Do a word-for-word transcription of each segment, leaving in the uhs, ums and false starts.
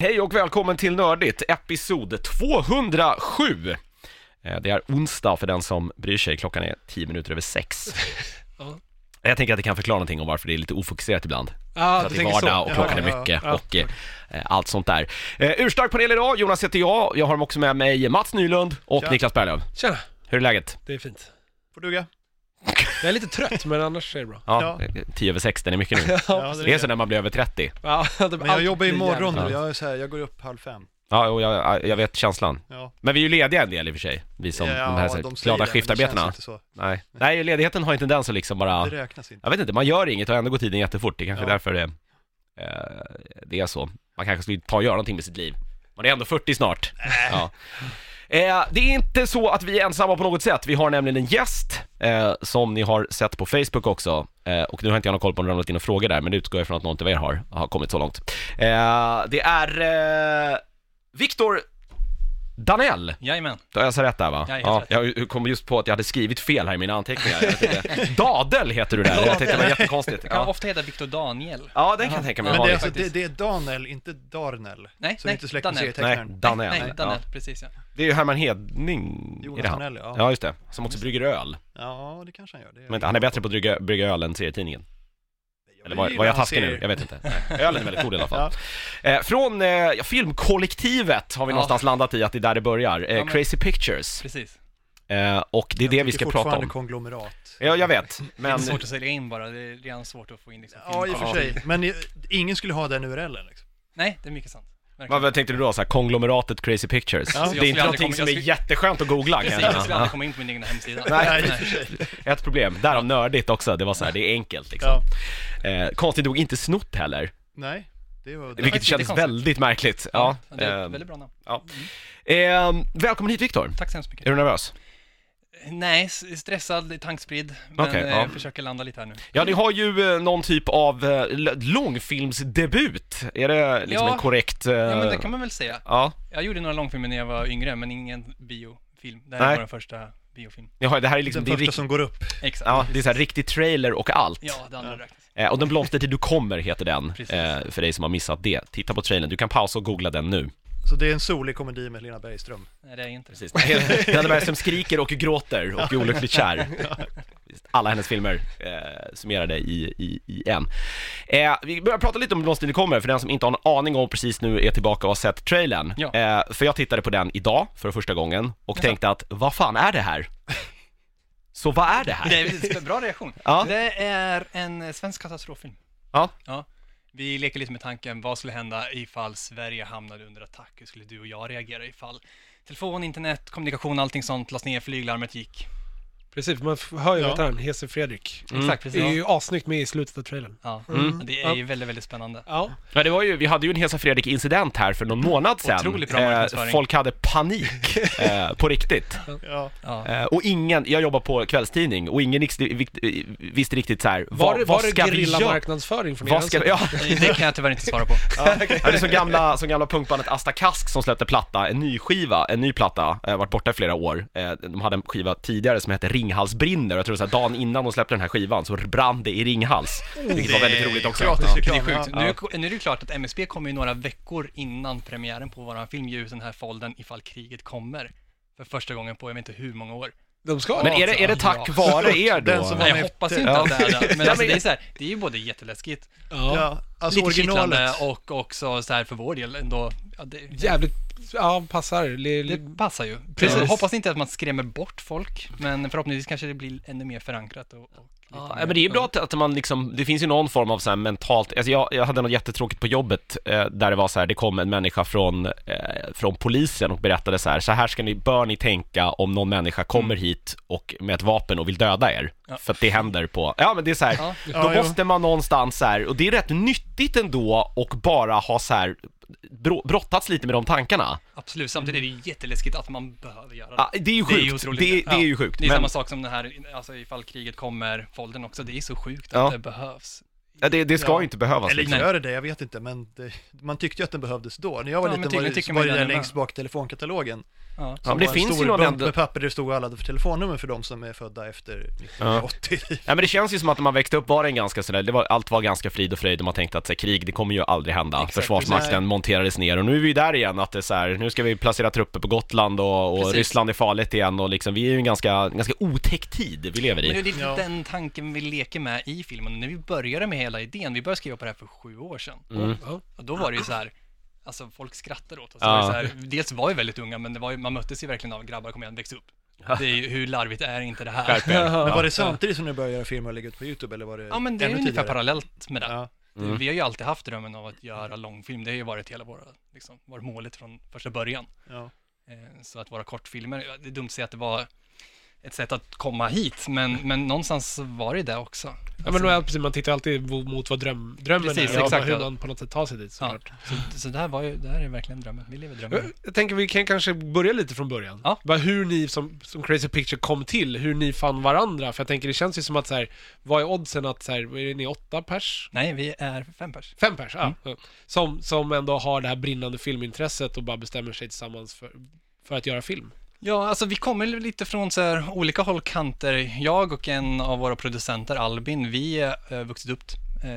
Hej och välkommen till Nördigt, episod tvåhundrasju. Det är onsdag för den som bryr sig, klockan är tio minuter över sex. Ja. Jag tänker att det kan förklara någonting om varför det är lite ofokuserat ibland. Ja, för att det är vardag och klockan ja, är mycket ja, ja. och eh, allt sånt där. eh, Urstark panel idag, Jonas heter jag. Jag har också med mig Mats Nylund och Tja. Niklas Berglöf. Tjena, Hur är läget? det är fint. Får duga. Jag är lite trött, men annars är det bra. Ja, tio över sex, den är mycket nu. Ja, Det är så när man blir över trettio. Ja, det, Men jag jobbar imorgon jävligt. nu, jag, är så här, jag går upp halv fem. Ja, och jag, jag vet känslan. Ja. Men vi är ju lediga en del i och för sig. Vi som Ja, de här så här, de säger glada det, men det skiftarbetarna. känns inte så. Nej. Nej, ledigheten har inte tendens att liksom bara... Det räknas inte. Jag vet inte, man gör inget och ändå går tiden jättefort. Det är kanske Ja. därför det, eh, det är så. Man kanske skulle ta och göra någonting med sitt liv. Man är ändå fyrtio snart. Ja. Eh, det är inte så att vi är ensamma på något sätt. Vi har nämligen en gäst eh, som ni har sett på Facebook också. Eh, och nu har inte jag någon koll på om det har ramlat in och frågor där, men det utgår jag från att någon av er har, har kommit så långt. Eh, det är eh, Victor Danell. Jajamän. Då har jag så rätt där, va? Ja, Ja, jag kom just på att jag hade skrivit fel här i mina anteckningar. Jag tänkte, Dadel heter du där. Jag tänkte det var jättekonstigt. Det kan Ja, ofta heta Victor Daniel. ja den kan jag tänka mig. Men Ha det är, lite. alltså, det, det är Danel, inte Darnell. Nej, Så nej, inte släkt med Danell. Nej, serietecknaren. Danell. Nej, nej, Danell, Ja. precis ja. Det är ju Herman Hedning. Jonas är det han? Danell, ja. Ja, just det. Som också brygger öl. Ja, det kanske han gör. Det är Men han är bättre på att brygga, brygga öl än serietidningen. Eller var, gillar var jag hans taskig nu? serier. Jag vet inte. Ölen är väldigt god i alla fall. Ja. Eh, från eh, ja, filmkollektivet har vi Ja. någonstans landat i att det är där det börjar. Eh, Ja, men- Crazy Pictures. Precis. Eh, och det är Jag det vi tycker ska prata fortfarande om. konglomerat. Ja, jag vet. Det Men är svårt att sälja in bara, det är redan svårt att få in liksom Ja, i och för film. sig. Men i- ingen skulle ha den U R L-en liksom. Nej, det är mycket sant. vad, vad tänkte du då? Så här, konglomeratet Crazy Pictures. Ja. Det Jag är skulle inte aldrig någonting komma- som jag är skulle- jätteskönt att googla. kan Precis, jag jag säga. skulle Ja. aldrig komma in på min egen hemsida. Nej, i och för sig. Ett problem. Därav nördigt också. Det var så här, det är enkelt liksom. Eh, konstigt nog inte snott heller. Nej, det var... Vilket faktiskt kändes lite konstigt. väldigt märkligt. Ja. Ja, det är eh, ett väldigt bra namn. ja. Eh, välkommen hit, Victor. Tack så hemskt mycket. Är du nervös? Nej, s- stressad, tankspridd, men Okej, eh, ja. försöker landa lite här nu. Ja, ni har ju eh, någon typ av eh, l- långfilmsdebut. Är det liksom Ja. en korrekt... Eh, Ja, men det kan man väl säga. ja. Jag gjorde några långfilmer när jag var yngre, men ingen biofilm. Det här Nej. var den första biofilm. Ni har, det här är liksom... Den Det är, första rikt, som går upp. Exakt. ja, det är så här riktig trailer och allt. Ja, det andra Ja. räknas. Eh, och Den blomstertid du kommer heter den. Precis. Eh, för dig som har missat det. Titta på trailern. Du kan pausa och googla den nu. Så det är en solig komedi med Lena Bergström. Nej, det är inte. Precis. Den är som skriker och gråter och är olyckligt kär. Alla hennes filmer eh, summerade i, i, i en. Eh, vi börjar prata lite om Blomstertid du kommer. För den som inte har en aning om precis nu är tillbaka och har sett trailern. Ja. Eh, för jag tittade på den idag för första gången och Jaså? tänkte att, vad fan är det här? Så vad är det här? Det är en bra reaktion. Ja. Det är en svensk katastroffilm. Ja. Ja. Vi leker lite med tanken, vad skulle hända ifall Sverige hamnade under attack? Hur skulle du och jag reagera ifall telefon, internet, kommunikation, allting sånt lades ner, flyglarmet gick? Precis, man f- hör ju Ja. vad heter han, Hese Fredrik. Mm. Exakt, Det precis. är ju asnyggt med i slutet av trailern. Ja. Mm. Det är ju väldigt, väldigt spännande. Ja, Ja, det var ju, vi hade ju en Hesa Fredrik-incident här för någon månad sedan. Otroligt bra marknadsföring. folk hade panik eh, på riktigt. Ja. Ja. Eh, och ingen, jag jobbar på kvällstidning och ingen visste, visste riktigt så här, var vad, det, vad var det ska vi gerilla göra? marknadsföring från Vad er ska, sida? ja, Det kan jag tyvärr inte svara på. ja, det är som gamla, som gamla punkbandet Asta Kask som släppte platta, en ny skiva, en ny platta, eh, varit borta i flera år. Eh, de hade en skiva tidigare som hette Ringhals brinner, jag tror så här, dagen innan de släppte den här skivan så brann det i Ringhals. Vilket var väldigt roligt också. Gratis Ja. Det är reklam. sjukt. Nu, är- nu är det klart att M S B kommer ju några veckor innan premiären på våran film ge ut den här folden ifall kriget kommer. För första gången på jag vet inte hur många år. De ska Men är det, är det tack vare er då? Den som Nej, jag var hoppas efter- inte Ja. att det är det. Men Ja, alltså, men- det är så här, det är ju både jätteläskigt, Ja, Ja, alltså lite kittlande originalet. och också så här för vår del ändå. Ja, det, jävligt, ja, passar. Le, le, det passar ju. Precis. Jag hoppas inte att man skrämmer bort folk, men förhoppningsvis kanske det blir ännu mer förankrat och, och lite Ja, mer- men det är ju bra att, att man liksom, det finns ju någon form av så här mentalt, alltså jag, jag hade något jättetråkigt på jobbet eh, där det var så här, det kom en människa från, eh, från polisen och berättade så här, så här ska ni, bör ni tänka om någon människa kommer hit och med ett vapen och vill döda er. Ja. För att det händer på, ja men det är så här, Ja. då Ja, jo. måste man någonstans så här, och det är rätt nyttigt ändå och bara ha så här bro- brottats lite med de tankarna. Absolut, samtidigt är det ju jätteläskigt att man behöver göra det. Ja, det är ju Det är ju sjukt, otroligt. det, det är Ja. ju sjukt. Det är men- samma sak som den här, alltså ifall kriget kommer, folden också, det är så sjukt Ja. att det behövs. Ja, det, det ska Ja. ju inte behövas. Eller Liksom. gör det det, jag vet inte, men det, man tyckte ju att den behövdes då. När jag var Ja, men liten tydligen var det, tycker var man det ju där den längst bak telefonkatalogen. Ja. Ja, men det var en finns stor ju någon bunt ändå... med papper där det stod alla telefonnummer för de som är födda efter nittonhundraåttio. Ja, men det känns ju som att när man växte upp var det en ganska sådär, det var, allt var ganska frid och fröjd och man tänkte att så här, krig, det kommer ju aldrig hända. Exakt, Försvarsmakten precis. monterades ner och nu är vi ju där igen att det är så här, nu ska vi placera trupper på Gotland och, och Precis. Ryssland är farligt igen och liksom, vi är ju en ganska, ganska otäck tid vi lever Men det är i. lite Ja. den tanken vi leker med i filmen. När vi började med hela idén, vi började skriva på det här för sju år sedan. Mm. Ja. Och då var det ju så här, alltså folk skrattade åt oss. Ja. Det var ju så här, dels var vi väldigt unga, men det var ju, man möttes ju verkligen av grabbar, kom igen, väx upp. Det är ju, hur larvigt är inte det här? Skärp er. Men var Ja. det samtidigt som ni började göra filmer och lägga ut på YouTube eller var det Ja, men det är ännu ungefär tidigare? parallellt med det. Ja. Mm. Vi har ju alltid haft drömmen av att göra långfilm. Det har ju varit hela våra, liksom, varit målet från första början. Ja. Eh, Så att vara kortfilmer, ja, det är dumt att säga att det var ett sätt att komma hit, men, men någonstans var det det också. Ja, Alltså, men då är, precis, man tittar alltid mo- mot vad dröm, drömmen Precis, är och exakt, hur ja. man på något sätt tar sig dit ja, såklart. så, så det här var ju, det här är verkligen drömmen. Vi lever drömmen. Jag tänker vi kan kanske börja lite från början. Ja. Bara hur ni som, som Crazy Picture kom till, hur ni fann varandra. För jag tänker det känns ju som att så här, vad är oddsen att så här, vad är det, ni åtta pers? Nej, vi är fem pers. Fem pers, ja. Mm. ja. Som, som ändå har det här brinnande filmintresset och bara bestämmer sig tillsammans för, för att göra film. Ja, alltså vi kommer lite från så här olika hållkanter. Jag och en av våra producenter, Albin, vi är uh, vuxit upp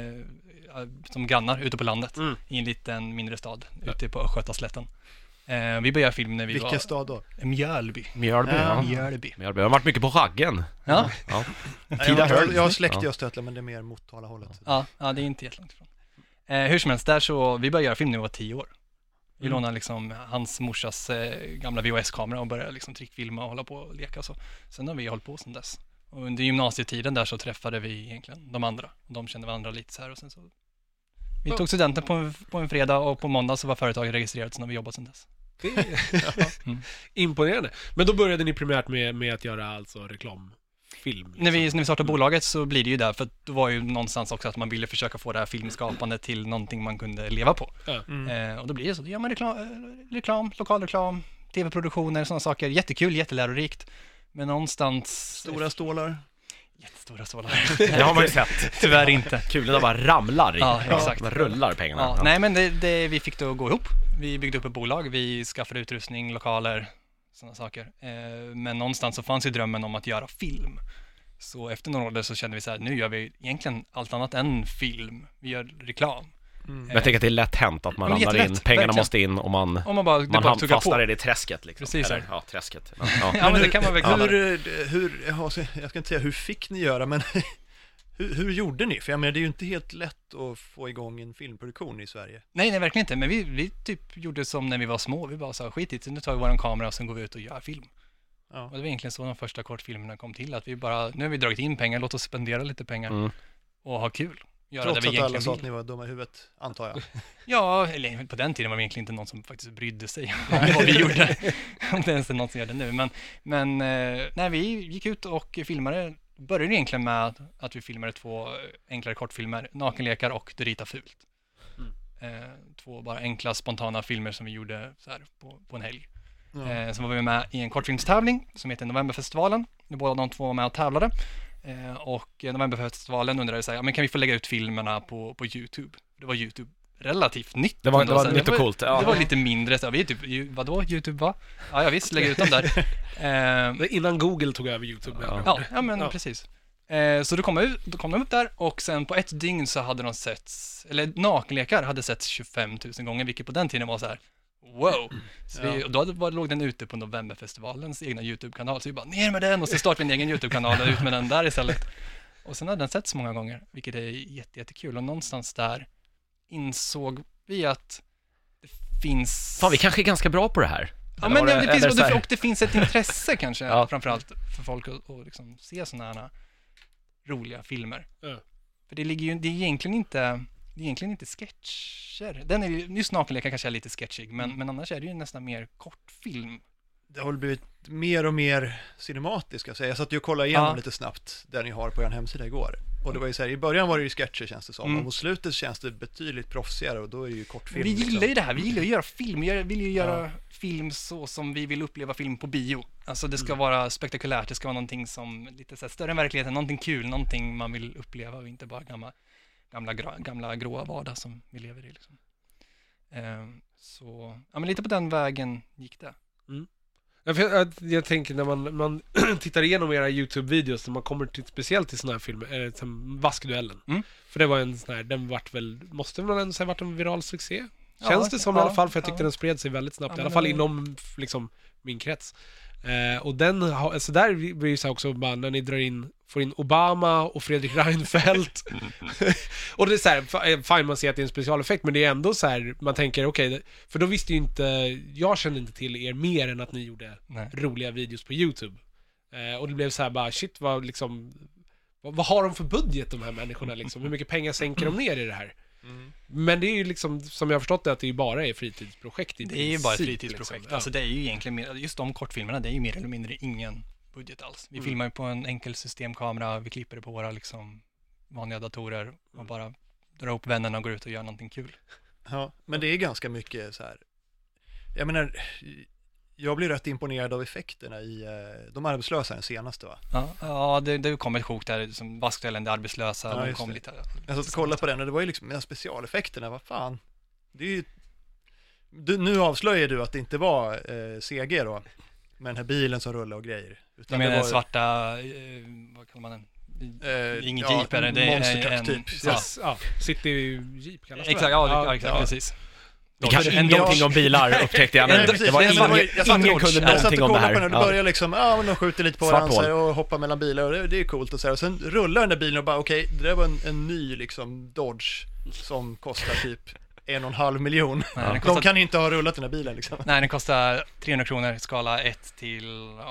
eh, som grannar ute på landet Mm. i en liten mindre stad ute på Östgötaslätten. Eh, vi började film när vi Vilken var stad då? Mjölby. Mjölby, Ja. ja. Mjölby. Mjölby. Jag har varit mycket på Raggen. Ja, Ja. Nej, Tida jag, Höll. jag, jag har släkt i Ja. Östergötland men det är mer Motala-hållet. ja, ja, det är inte jättelångt ifrån. Eh, hur som helst, där så, vi började göra film när vi var tio år. Vi Mm. lånade liksom hans morsas eh, gamla V H S-kamera och började liksom trickfilma och hålla på och leka och så. Sen har vi hållit på sedan dess. Och under gymnasietiden där så träffade vi egentligen de andra. Och de kände varandra lite så här och sen så... Vi Ja. tog studenten på en, på en fredag och på måndag så var företaget registrerat, så har vi jobbat sedan dess. Det är Mm. imponerande. Men då började ni primärt med, med att göra alltså reklamfilm. Liksom. När vi, när vi startade bolaget så blir det ju där, för att det var ju någonstans också att man ville försöka få det här filmskapandet till någonting man kunde leva på. Mm. Eh, och då blir det så, då gör man reklam, eh, reklam lokalreklam, tv-produktioner, sådana saker. Jättekul, jättelärorikt. Men någonstans... Stora stålar. Jättestora sålar. Det har man ju sett. Tyvärr inte. Kulorna bara ramlar i. Ja, exakt. Man rullar pengarna. Ja, Ja. nej, men det, det, vi fick det att gå ihop. Vi byggde upp ett bolag, vi skaffade utrustning, lokaler, sådana saker. Eh, men någonstans så fanns ju drömmen om att göra film. Så efter några år så kände vi så här, nu gör vi egentligen allt annat än film. Vi gör reklam. Mm. Men jag tänker att det är lätt hänt att man Ja, ramlar in, jättelätt, pengarna verkligen. måste in och man, Om man bara, det man bara ham- tuggar fastnar på. i det träsket liksom. Precis. Eller, ja, träsket. Men, ja. Ja, men det kan man väl kalla det. Hur, eh, hur, jag ska jag ska inte säga hur fick ni göra, men hur, hur gjorde ni? För jag menar, det är ju inte helt lätt att få igång en filmproduktion i Sverige. Nej, nej, verkligen inte. Men vi, vi typ gjorde som när vi var små. Vi bara sa, skit i det, nu tar vi vår kamera och sen går vi ut och gör film. Ja. Och det var egentligen så de första kortfilmerna kom till. Att vi bara, nu har vi dragit in pengar, låt oss spendera lite pengar Mm. och ha kul. Göra Trots det vi att alla egentligen sa vill. att ni var dumma i huvudet, antar jag. Ja, eller på den tiden var vi egentligen inte någon som faktiskt brydde sig om vad vi gjorde. Om det ens är någon som gör det nu. Men, men eh, nej, vi gick ut och filmade. Började egentligen med att, att vi filmade två enklare kortfilmer, Nakenlekar och Du ritar fult. Eh, två bara enkla, spontana filmer som vi gjorde så här på, på en helg. Ja. Eh, så var vi med i en kortfilmstävling som heter Novemberfestivalen. Båda de två var med och tävlade. Eh, och Novemberfestivalen undrade så här, ja, men kan vi få lägga ut filmerna på, på YouTube? Det var YouTube relativt nytt. Det var, ändå, det var så nytt och var, coolt. Ja. Det var lite mindre, så här, vi är typ, ju- vadå YouTube va? Ja, ja visst, lägga ut dem där. Eh, Det är Innan Google tog över YouTube. med Ja. andra ord. Ja, ja men Ja. precis. Eh, så då kom, ut, då kom de upp där och sen på ett dygn så hade de setts, eller Nakenlekar hade setts tjugofem tusen gånger, vilket på den tiden var så här, wow. Så vi, Ja. och då hade, var, låg den ute på Novemberfestivalens egna YouTube-kanal, så vi bara ner med den och så startade vi en egen YouTube-kanal och ut med den där istället. Och sen hade den setts många gånger, vilket är jätte, jättekul. Och någonstans där insåg vi att det finns... Fan, vi kanske är ganska bra på det här. Ja, Eller men var det, det finns, eller och, så här- det, och det finns ett intresse kanske, Ja. framförallt för folk att, att liksom se sådana här roliga filmer. Ja. För det ligger ju, det är egentligen inte, det är egentligen inte sketcher. Den är ju, just Nakenlekar kanske är lite sketchig, men, men annars är det ju nästan mer kortfilm. Det har väl blivit mer och mer cinematiska. Så jag satt ju och kollade igenom Ja. lite snabbt där ni har på er hemsida igår. Och det var ju så här, i början var det ju sketcher känns det som. Mm. Och mot slutet känns det betydligt proffsigare och då är det ju kortfilm. Vi gillar liksom. ju det här, vi gillar ju att göra film. Vi vill ju göra Ja. film så som vi vill uppleva film på bio. Alltså det ska Mm. vara spektakulärt, det ska vara någonting som lite så här, större än verkligheten, någonting kul, någonting man vill uppleva och inte bara gamla, gamla, gra- gamla gråa vardag som vi lever i. Liksom. Ehm, så, ja men lite på den vägen gick det. Jag, jag, jag tänker när man, man tittar igenom era YouTube-videos när man kommer till, speciellt till såna här filmer, eh, som Vaskduellen. Mm. För det var en sån här, den vart väl, måste väl ändå säga varit en viral succé? Ja, Känns det som ja, i alla fall, för jag tyckte ja. den spred sig väldigt snabbt, Ja, i alla men fall det- inom liksom min krets. Eh, och den, har- alltså där blir det så här också bara när ni drar in, får in Obama och Fredrik Reinfeldt. Och det är så här, f- fine man ser att det är en specialeffekt, men det är ändå så här, man tänker okej, för då visste ju inte, jag kände inte till er mer än att ni gjorde Nej. roliga videos på YouTube. Eh, och det blev så här bara, shit vad liksom, vad, vad har de för budget de här människorna liksom? Hur mycket pengar sänker de ner i det här? Mm. Men det är ju liksom, som jag har förstått det, att det ju bara är fritidsprojekt i Det är ju bara ett princip, fritidsprojekt. liksom. Alltså det är ju egentligen mer, just de kortfilmerna, det är ju mer eller mindre ingen budget alls. Vi Mm. filmar ju på en enkel systemkamera, vi klipper det på våra liksom vanliga datorer och bara drar ihop vännerna och går ut och gör någonting kul. Ja, men det är ganska mycket så här. Jag menar, jag blir rätt imponerad av effekterna i eh, De arbetslösa, den senaste va? Ja, ja det, det kom ett sjok där som Vaskduellen, det arbetslösa, Ja, de just kom det. lite. Jag satt och kollade på den och det var ju liksom, de här specialeffekterna, vad fan. Det är ju, du, nu avslöjar du att det inte var eh, C G då, med den här bilen som rullar och grejer. Jag Utan menar det den var, svarta, eh, vad kallar man den? eh, Ingen ja, jeep är det, det är monster truck en... typ. Ja, Yes, ja, City Jeep kallas det. exakt, ja, det- ja, exakt, ja. precis. Vi kan En ingenting Dodge. om bilar upptäckte jag Nej, nu. precis. Det var Nej, men det var ju- ingen, jag satt ingen och- kunde Jag satt någonting och om det kollade på här. den och det Ja. börjar liksom, ja men de skjuter lite på Svart varandra så här hål. och hoppar mellan bilar och det, det är coolt och så här. Och sen rullar den där bilen och bara okej, det där var en, en ny liksom Dodge som kostar typ en och en halv miljon. Nej, den De kostar, kan inte ha rullat den här bilen liksom. nej, den kostar trehundra kronor, skala ett till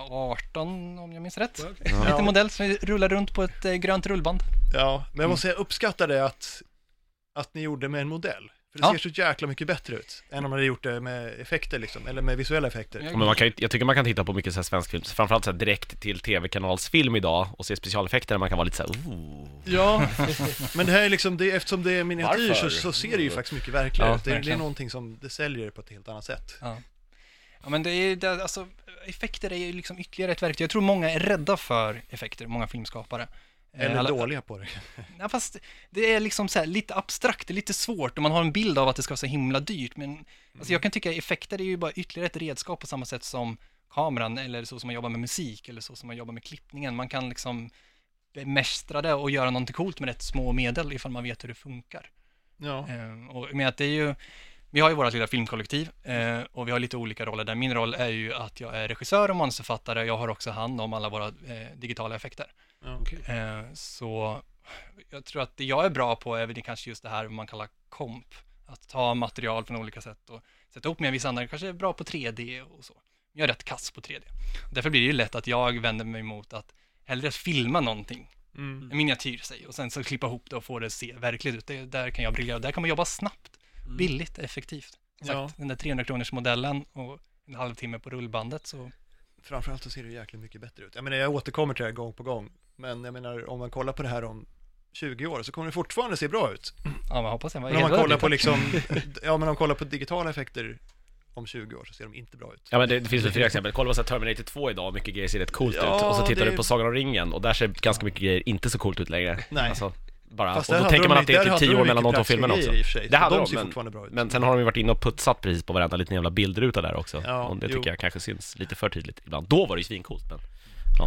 arton om jag minns rätt. Okej. Ja. Lite Ja. modell som rullar runt på ett eh, grönt rullband. Ja, men jag måste säga, jag uppskattar det att, att ni gjorde med en modell. För det Ja. ser så jäkla mycket bättre ut än om man hade gjort det med effekter liksom, eller med visuella effekter. Ja. Ja, men man kan, ju- jag tycker man kan titta på mycket så här svensk film, framförallt så här direkt till tv-kanalsfilm idag och se specialeffekter där man kan vara lite så här, oh. Ja, men det här är liksom, det, eftersom det är miniatyr Varför? så, så ser det ju faktiskt mycket verkligare Ja, ut. Det, det är verkligen. någonting som, det säljer på ett helt annat sätt. Ja. Ja, men det är det, alltså, effekter är ju liksom ytterligare ett verktyg. Jag tror många är rädda för effekter, många filmskapare. Eh, Eller alla- dåliga på det. Ja, fast det är liksom så här, lite abstrakt, det är lite svårt och man har en bild av att det ska vara så himla dyrt. Men alltså, jag kan tycka att effekter är ju bara ytterligare ett redskap på samma sätt som kameran eller så som man jobbar med musik eller så som man jobbar med klippningen. Man kan liksom bemästra det och göra någonting coolt med rätt små medel ifall man vet hur det funkar. Ja, Eh, och med att det är ju, vi har ju vårt lilla filmkollektiv eh, och vi har lite olika roller där. Min roll är ju att jag är regissör och manusförfattare. Jag har också hand om alla våra eh, digitala effekter. ja. Okej. Eh, så jag tror att det jag är bra på är väl det kanske just det här man kallar komp. Att ta material från olika sätt och sätta ihop med vissa andra. Kanske är bra på tre D och så. Jag är rätt kass på tre D. Därför blir det ju lätt att jag vänder mig mot att hellre filma någonting, Mm. en miniatyr säg, och sen så klippa ihop det och få det se verkligt ut. Det, där kan jag briljera. Där kan man jobba snabbt, billigt, effektivt. Sagt, Ja. den där trehundra kronors modellen och en halvtimme på rullbandet så... Framförallt så ser det jäkligt mycket bättre ut. Jag menar, jag återkommer till det här gång på gång. Men jag menar, om man kollar på det här om tjugo år så kommer det fortfarande se bra ut. Ja, man hoppas det. Men om man kollar på liksom, ja men om man kollar på digitala effekter om tjugo år så ser de inte bra ut. Ja men det, det finns ju flera exempel, kolla på så här Terminator två idag, mycket grejer ser rätt coolt Ja, ut. Och så tittar det- du på Sagan om ringen och där ser ganska mycket grejer inte så coolt ut längre. Nej. Alltså, bara, Fast och där då hade tänker de- man att det är där typ hade tio de år mellan de mycket två filmerna också. praktiska grejer i och för sig, Det hade de de, ser men, fortfarande bra ut. men sen har de ju varit inne och putsat precis på varenda liten jävla bildruta där också. Ja, och det jo. tycker jag kanske syns lite för tydligt ibland. Då var det ju svincoolt, men ja.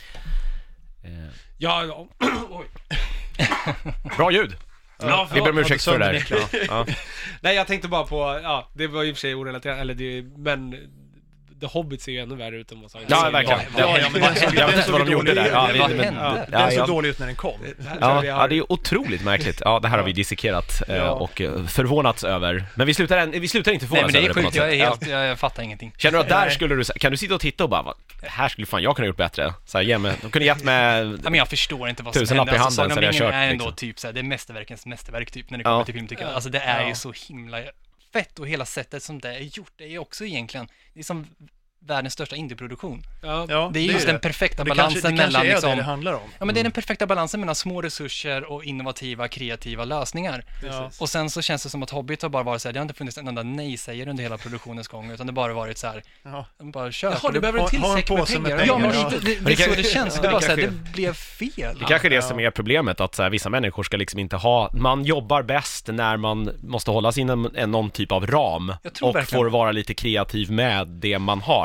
Eh, Ja, ja. Oj. bra ljud! Ja, Vi ber om förlåt, ursäkt för det jag där. Ja, ja. Nej, jag tänkte bara på, ja, det var i och för sig orelaterat, eller det, men The Hobbit ser ju ännu värre ut än vad Sagan om Ja, ringen verkligen. gör. Ja, ja, men den såg- jag vet den inte såg vad de ju gjorde dålig där. ut. Ja, Det vi- vad men- hände? Den ja, såg jag- dålig ut när den kom. Här tror jag Ja, vi ja, har- det är otroligt märkligt. Ja, det här har vi dissekerat eh, Ja. och eh, förvånats över. Men vi slutar, en, vi slutar inte Nej, förvånas men det över är det på något sjukt, jag är sätt. helt, jag, jag fattar ingenting. Ja. Känner du att där Nej. skulle du, kan du sitta och titta och bara, "Vad- här skulle fan jag kunna gjort bättre. Så här, ge mig, de kunde gett med, Ja, men jag förstår inte vad som Tusenlapp händer. i Alltså, handen Sagan om så hade jag ringen kört, är ändå liksom. typ så här, det är mästerverkens mästerverk typ när det Ja. kommer till film tycker jag. Alltså det är Ja. ju så himla fett och hela sättet som det är gjort, det är ju också egentligen, det är som världens största indieproduktion. Ja, Ja, Det är just det. den perfekta Och det balansen kanske, det kanske mellan är liksom, det det handlar om. ja men det är den perfekta balansen mellan små resurser och innovativa, kreativa lösningar. Ja. Och sen så känns det som att Hobbit har bara varit så här, det har inte funnits en enda nej-sägare under hela produktionens gång, utan det har bara varit så här, Ja. de bara kör. Jaha, Och du det- behöver en har- till har en säck med påse med pengar. pengar. Ja, men Ja. det, det, det, Men det är så kan- det känns. ja, Det, det bara så här, kanske- det blev fel. det kanske är det Ja. som är problemet, att så här, vissa människor ska liksom inte ha, man jobbar bäst när man måste hålla sig inom en, någon typ av ram Jag tror och verkligen. får vara lite kreativ med det man har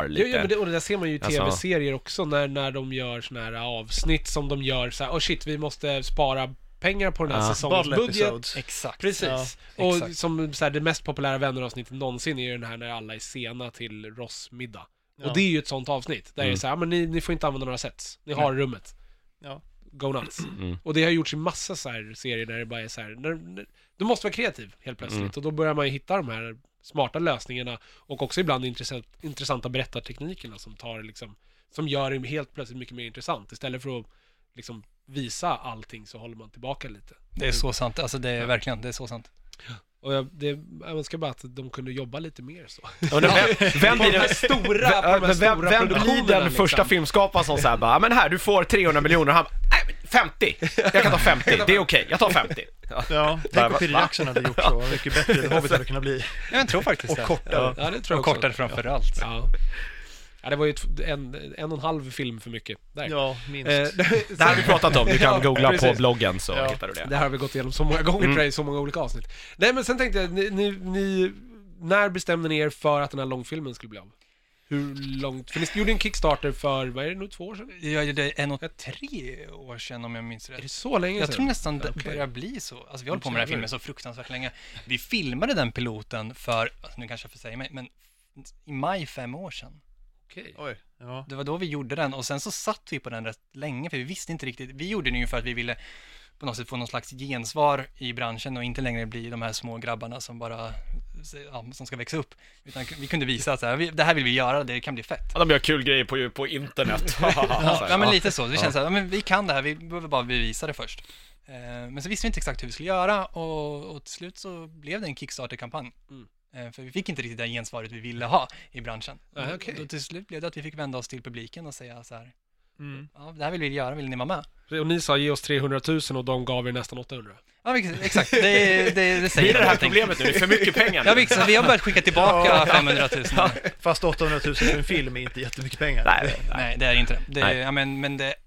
lite. Ja, ja, men det, och det där ser man ju i Alltså- tv-serier också när, när de gör såna här avsnitt som de gör så här, oh shit, vi måste spara pengar på den här Ja. säsongens Bottle budget. episodes. Exakt. Precis. Ja, och exakt. som så här, det mest populära vänneravsnittet någonsin är ju den här när alla är sena till Ross middag. Ja. Och det är ju ett sånt avsnitt. Där Mm. det är så här, men ni, ni får inte använda några sets. Ni har rummet. Ja. Go nuts. Mm. Och det har gjorts i massa så här serier där det bara är så här, när, när, du måste vara kreativ helt plötsligt. Mm. Och då börjar man ju hitta de här smarta lösningarna och också ibland intressant, intressanta berättarteknikerna som tar liksom, som gör det helt plötsligt mycket mer intressant. Istället för att liksom visa allting så håller man tillbaka lite. Det är så sant. Alltså det är verkligen, det är så sant. Och jag, det, jag önskar bara att de kunde jobba lite mer så. Och vem, vem På blir de här den stora, på de här vem, stora vem, vem blir produktionerna, den första liksom. filmskaparen som säger bara, men här, du får trehundra miljoner och han bara, nej, men femtio, jag kan ta femtio, det är okej, jag tar femtio. Ja. Ja, tänk om Peter Jackson hade gjort så. Vad mycket bättre det Hobbit hade kunnat bli. Ja, jag tror faktiskt Och det. kortare. Ja, det tror jag Och också. kortare framför allt. Ja. Ja, det var ju ett, en, en och en halv film för mycket. Där. Ja, minst. Eh, Det här har vi pratat om, du kan Ja, googla precis. på bloggen så Ja. hittar du det. Det här har vi gått igenom så många gånger Mm. tror jag, i så många olika avsnitt. Nej, men sen tänkte jag, ni, ni, ni, när bestämde ni er för att den här långfilmen skulle bli av? Hur långt? För ni gjorde en Kickstarter för, vad är det nu, två år sedan? Jag gjorde det en och tre år sedan om jag minns Är rätt. det så länge Jag sedan? tror nästan det Okej. börjar bli så. Alltså vi håller på med den här Jävlar. filmen så fruktansvärt länge. Vi filmade den piloten för, alltså, nu kanske jag får säga mig, men i maj fem år sedan. Okej. Oj, ja. Det var då vi gjorde den och sen så satt vi på den rätt länge för vi visste inte riktigt. Vi gjorde den ju för att vi ville på något sätt få någon slags gensvar i branschen och inte längre bli de här små grabbarna som bara, ja, som ska växa upp. Utan vi kunde visa att så här, vi, det här vill vi göra, det kan bli fett. Ja, de gör kul grejer på, på internet. Ja, ja men lite så. Det Ja. känns så här, ja, men vi kan det här, vi behöver bara bevisa det först. Eh, men så visste vi inte exakt hur vi skulle göra och, och till slut så blev det en Kickstarter-kampanj. Mm. Eh, för vi fick inte riktigt det gensvaret vi ville ha i branschen. Ah, okej. Då till slut blev det att vi fick vända oss till publiken och säga så här, Mm. ja, det här vill vi göra, vill ni vara med? Och ni sa ge oss trehundratusen och de gav er nästan åttahundra. Ja, ex- exakt. Det, det, det säger Blir det här någonting. problemet nu? Det är för mycket pengar nu. Ja, exakt. Vi har börjat skicka tillbaka femhundratusen. Fast åttahundratusen för en film är inte jättemycket pengar. Nej, nej. Nej, det är inte det. det Nej. ja, men men det,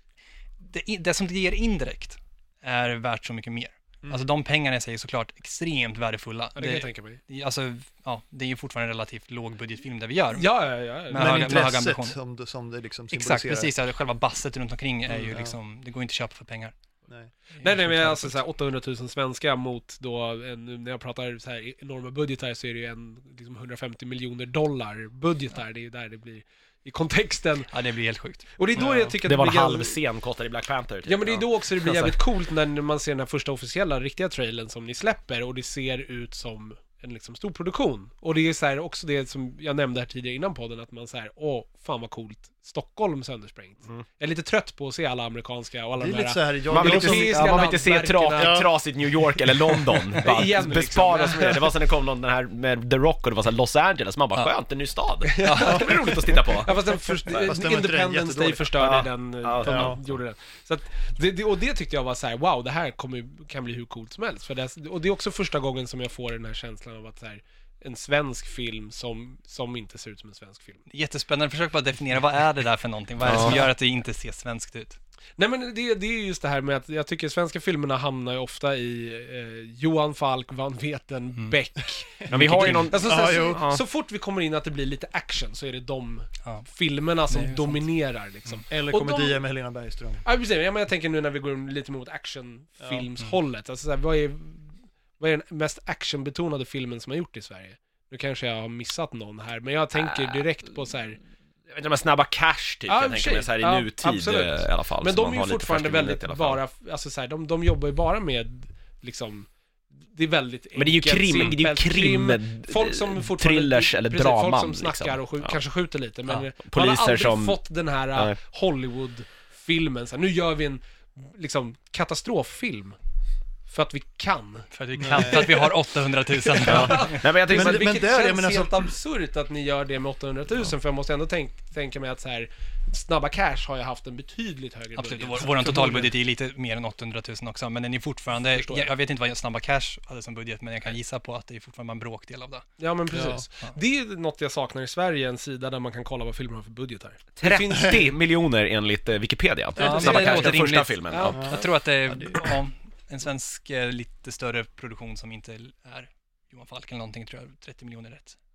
det, det som det ger indirekt är värt så mycket mer. Mm. Alltså de pengarna i sig är såklart extremt värdefulla. Ja, det kan jag tänka mig. det, alltså, ja, det är ju fortfarande en relativt lågbudgetfilm där vi gör. Ja, ja, ja. Men- Men höga- med höga intresset ambitioner. som det, som det liksom Exakt, symboliserar. precis. Ja, själva basset runt omkring är Mm, ju ja. liksom, det går inte att köpa för pengar. Nej. Nej, nej, men alltså så här åttahundratusen svenska mot då, en, när jag pratar så här enorma budgetar så är det ju en liksom hundrafemtio miljoner dollar budgetar, det är ju där det blir i kontexten. Ja, det blir helt sjukt. Och det är då Ja. jag tycker att Det var en blir halv ganska- scen kostade i Black Panther. typ. Ja, men det är då också det blir Alltså. jävligt coolt när man ser den här första officiella, riktiga trailern som ni släpper och det ser ut som en liksom stor produktion. Och det är så här också det som jag nämnde här tidigare innan podden, att man säger åh, fan vad coolt, Stockholm söndersprängt. Mm. Jag är lite trött på att se alla amerikanska och alla Det är de lite här... så här, jag, Man vill jag inte, som- se, europeiska ja, man vill inte se tra, landmärkena. trasigt New York eller London. Bara Igen, bespara liksom. oss med det. Det var sen det kom någon den här med The Rock och det var så här Los Angeles. Man bara, Ja. skönt, en ny stad. Ja. Det blir roligt att titta på. Ja, fast den först, Fast den var inte den Independence Day jättedålig. förstörde Ja. den, Ja, de ja. gjorde den. Så att det, det, och det tyckte jag var så här: wow, det här kommer, ju- kan bli hur coolt som helst. För det, och det är också första gången som jag får den här känslan av att så här, en svensk film som, som inte ser ut som en svensk film. Jättespännande. Försök bara definiera, vad är det där för någonting? Vad är det som gör att det inte ser svenskt ut? Nej, men det, det är just det här med att jag tycker svenska filmerna hamnar ju ofta i eh, Johan Falk, Van Veten, Mm. Beck. Men vi har ju någon... Alltså, så, Ja, så, jo. så, så fort vi kommer in att det blir lite action så är det de Ja. filmerna som Det är ju sant. dominerar liksom. Eller Och komedier de- med Helena Bergström. Ja, precis. Ja, men jag tänker nu när vi går lite mot actionfilmshållet. Alltså, så här, vad, är, vad är den mest actionbetonade filmen som har gjort i Sverige? Nu kanske jag har missat någon här, men jag tänker direkt på så här. Jag vet inte, men Snabba Cash typ, Ja, jag i och för tänker mig sig. så här i Ja, nutid absolut. eh, i alla fall. Men så de man är har ju lite fortfarande färskt i minnet väldigt i alla fall. bara, alltså så här, de, de jobbar ju bara med liksom, det är väldigt Men det är ju enkelt, krim, det är ju simpelt, krim, folk som fortfarande, thrillers eller precis, draman. folk som snackar liksom. och skjut, Ja. kanske skjuter lite, men Ja. man Poliser har aldrig som- fått den här Nej. uh, Hollywood-filmen, så här, nu gör vi en liksom katastroffilm för att vi kan. För att vi kan, för att vi har åttahundratusen. Ja. Nej, men jag tänker Men- så- Vilket där, jag känns menar, alltså- helt absurt att ni gör det med åttahundratusen, för jag måste ändå tänk, tänka mig att så här, Snabba Cash har ju haft en betydligt högre Absolut, budget. vår, vår totalbudget är lite mer än åttahundratusen också, men den är fortfarande, Förstår jag, jag. jag vet inte vad Snabba Cash hade som budget, men jag kan gissa på att det är fortfarande en bråkdel av det. Ja, men precis. Ja. Det är något jag saknar i Sverige, en sida där man kan kolla vad filmer har för budgetar. Det finns... trettio miljoner enligt eh, Wikipedia. Ja, Snabba det Cash, låter den första rimligt. filmen. Ja. Ja. Jag tror att det är ja, en svensk eh, lite större produktion som inte är Johan Falk eller någonting, tror jag, trettio miljoner rätt.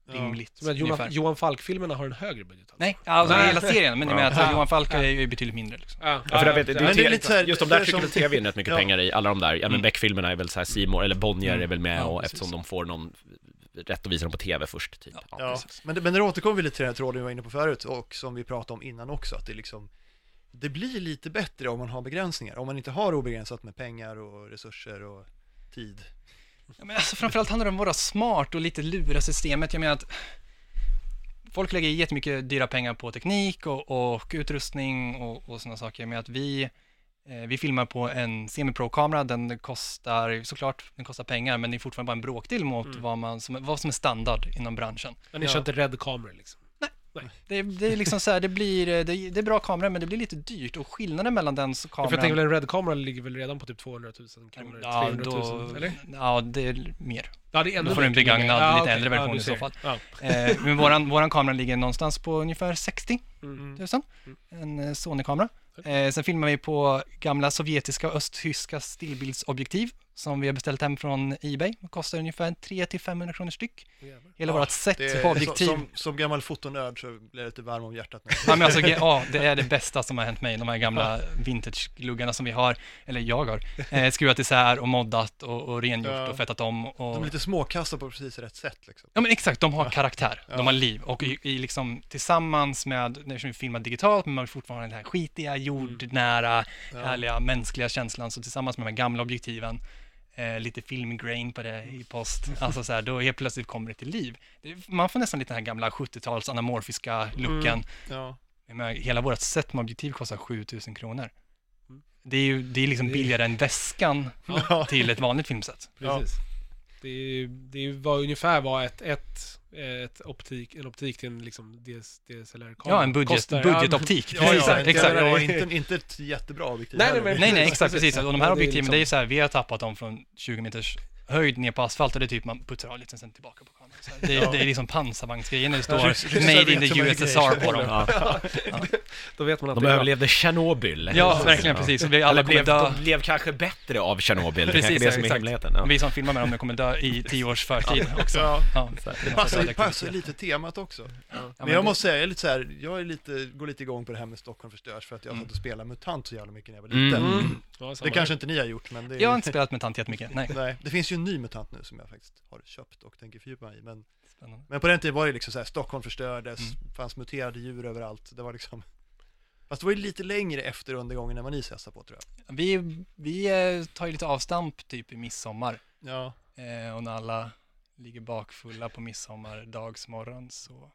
rimligt. Som att Johan, ungefär. Johan Falk-filmerna har en högre budget. Alltså. Nej, alltså Nej. hela serien, men jag Ja. menar att Ja. Johan Falk Ja. är ju betydligt mindre liksom. Ja, Ja, för där vet, ja, det, Men det, det är lite så här- just de där det är tycker som- väl T V in rätt mycket Ja. pengar i, alla de där, ja men Mm. Beck-filmerna är väl såhär, C More eller Bonnier Mm. är väl med Ja, och precis. eftersom de får någon rätt att visa dem på T V först typ. Ja. Ja. Ja, precis. men det, men det återkommer vi lite till den här tråden vi var inne på förut och som vi pratade om innan också, att det liksom det blir lite bättre om man har begränsningar, om man inte har obegränsat med pengar och resurser och tid. Ja, men alltså, framförallt handlar det om att vara smart och lite lura systemet. Jag menar att folk lägger jättemycket dyra pengar på teknik och, och utrustning och, och sådana saker. Med att vi, eh, vi filmar på en semi-pro-kamera, den kostar såklart, den kostar pengar, men det är fortfarande bara en bråkdel mot Mm. vad, man, som, vad som är standard inom branschen. Ja, ni Ja. kör inte red kameror liksom. Det, det är liksom så här, det blir, det, det är bra kameror, men det blir lite dyrt och skillnaden mellan den Ja, kameran... för jag tänker väl en red-kamera ligger väl redan på typ tvåhundratusen kronor, Ja, trehundratusen, då, eller? ja, det är mer. Ja, det är ännu Då får du en mycket begagnad, mer. lite okej. äldre version du i så ser. fall. Ja. Eh, men våran, våran kamera ligger någonstans på ungefär sextio Mm. tusen. Mm. En eh, Sony-kamera. Eh, sen filmar vi på gamla sovjetiska och östtyska stillbildsobjektiv som vi har beställt hem från eBay. Det kostar ungefär tre till femhundra kronor styck. Jävlar. Hela Ja, vårt set Det är, på objektiv. Som, som gammal fotonörd så blir det lite varm om hjärtat nu. Ja, men alltså, ge- ja, det är det bästa som har hänt mig. De här gamla vintage-gluggarna som vi har, eller jag har, eh, skruvat isär och moddat och, och rengjort Ja. och fettat om. De Och... är lite småkastade på precis rätt sätt liksom. Ja men exakt, de har karaktär, Ja. de har liv och i, i liksom tillsammans med, när vi filmar digitalt men man har fortfarande den här skitiga, jordnära, Ja. härliga, mänskliga känslan, så tillsammans med de här gamla objektiven, eh, lite filmgrain på det i post, alltså så här, då helt plötsligt kommer det till liv. Det, man får nästan lite den här gamla sjuttio-tals anamorfiska looken. Mm. Ja. Men hela vårt set med objektiv kostar sjutusen kronor. Mm. Det är ju det är liksom Det är- billigare än väskan Ja. till ett vanligt filmset. Precis. Det, är, det var ungefär vad ett, ett, ett optik, en optik till en liksom D S L R-kamera Ja, en budget, kostar. budgetoptik. Ja, ja, exakt, inte, exakt. ja, inte, inte ett jättebra objektiv Nej, nej, heller. men- Nej, nej, exakt precis. Och de här Ja, det är objektiven, liksom- det är så här, vi har tappat dem från tjugo meters höjd ner på asfalt och det är typ man putsar av lite sen tillbaka på kameran. Så här, det, Ja. det är liksom pansarvagnsgrejer när det står Ja, ryss- ryssar Made vet in the som är U S S grejer. R på dem. Ja. Då vet man att De det är bra. överlevde Tjernobyl. Ja, verkligen precis. Och vi alla Eller kommer blev, dö. de blev kanske bättre av Tjernobyl, det är Precis, kanske det som är exakt. hemligheten. Ja. Vi som filmar med dem nu kommer dö i tio års förtid också. Ja. Ja, Så här. det är Det massa passar, radioaktivitet. passar lite temat också. Ja, Men jag det- måste säga, jag är lite så här, jag är lite, går lite igång på det här med Stockholm förstörs för att jag har Mm. fått att spela MUTANT så jävla mycket när jag var liten. Mm. Ja, Det samma kanske här. inte ni har gjort, men det är Jag har inte spelat med tant jättemycket, nej. Nej, det finns ju en ny MUTANT nu som jag faktiskt har köpt och tänker fördjupa mig i. Men, Spännande. men på den tiden var det liksom så här, Stockholm förstördes, Mm. fanns muterade djur överallt. Det var liksom... Fast det var ju lite längre efter undergången än vad ni satsade på tror jag. Vi, vi eh, tar ju lite avstamp typ i midsommar. Ja, Eh, och när alla ligger bakfulla på midsommardagsmorgon så...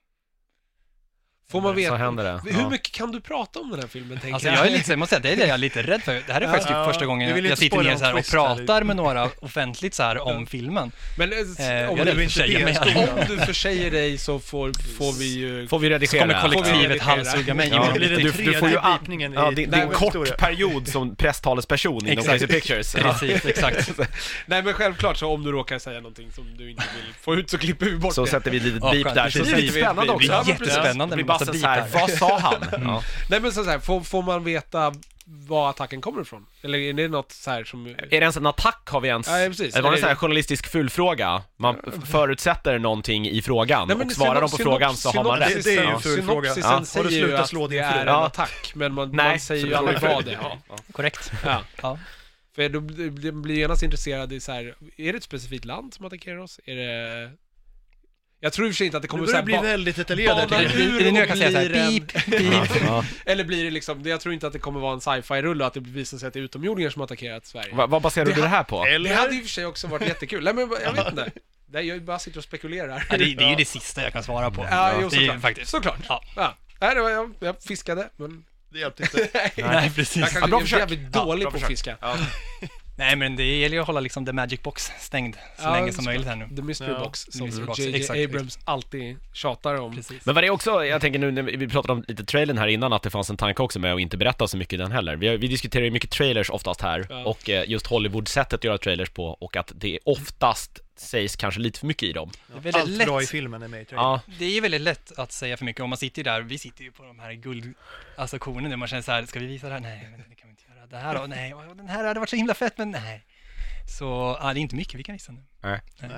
Får man Så veta, händer det. hur Ja. mycket kan du prata om den här filmen tänker Alltså jag är lite, jag måste säga, det är jag lite rädd för. Det här är Ja, faktiskt typ ja, första vi gången vill jag inte sitter spoila ner någon så här och twist här. pratar med några offentligt så här om Ja. filmen. Men eh, Eh, om, jag är du, rädd för tjejer med. P R-skolan. om du försäger dig så får, får vi ju... Får vi Så redigera? kommer Får vi kollektivet redigera? halshugga mig. Ja, det blir den du, tredje du får ju all, bipningen i ja, din, Nej, din men kort historia. period som presstalesperson inom Exakt. Crazy Pictures. Ja. Precis, exakt. Nej men självklart så om du råkar säga någonting som du inte vill få ut så klipper vi bort Så det. sätter vi ett litet Ja, beep skönt. där, Det så är det är lite lite spännande också. Ja, men Jättespännande Det blir med bara massa så här, bitar. vad sa han? Ja. Nej men så, så här, får, får man veta var attacken kommer ifrån? Eller är det något så här som... Är det ens en attack har vi ens... Ja, precis. Det var en Eller- sån här journalistisk fullfråga. Man f- förutsätter någonting i frågan Nej, men och svarar de på synops- frågan så har man synops- rätt. det är ju Ja. en full fråga. Synopsisen Ja. Har du säger ju slutat att slå din det är fru? en Ja. attack, men man, Nej, man säger ju så- aldrig vad det är. Ja, ja. Korrekt. Ja. Ja. För då blir blir genast intresserad i så här, är det ett specifikt land som attackerar oss? Är det... Jag tror i och för sig inte att det Nu kommer börjar det så bli här, ba- väldigt detaljerat. banan tycker Det, jag. ur det, det är nu jag och kan säga så här, blir en- beep, beep. Ja. Eller blir det liksom, jag tror inte att det kommer vara en sci-fi-rulle och att det visar sig att det är utomjordingar som har attackerat Sverige. Va, vad baserar du Det det här på? Det Eller? hade i och för sig också varit jättekul. Nej men jag vet inte. Nej, jag bara sitter och spekulerar. Ja, det, det är ju det sista jag kan svara på. Ja, jo, det är ju såklart. faktiskt. Såklart. Ja. Ja. Nej, det var, jag, jag fiskade, men... Det hjälpte inte. Nej, precis. Jag kanske Ja, bra är försök. jävligt Ja, dålig bra på att försök. fiska. Ja. Nej, men det gäller ju att hålla liksom the magic box stängd så Ja, länge som såklart. möjligt här nu. The Mystery Ja, Box, The som Mystery Box, J J exakt, Abrams alltid tjatar om. Precis. Men var det också, jag tänker nu när vi vi pratade om lite trailern här innan, att det fanns en tanke också med att inte berätta så mycket i den heller. Vi, har- vi diskuterar ju mycket trailers oftast här, Ja. och eh, just Hollywood-sättet att göra trailers på, och att det oftast sägs kanske lite för mycket i dem. Det är väldigt Allt lätt. bra i filmen är med i trailern. Ja, Det är ju väldigt lätt att säga för mycket. Om man sitter ju där, vi sitter ju på de här guld, alltså kornen där man känner så här, ska vi visa det här? Nej, men det kan vi inte göra. Det här då? Nej, och den här hade varit så himla fett, men nej. Så, ja, det är inte mycket vi kan visa nu. Nej.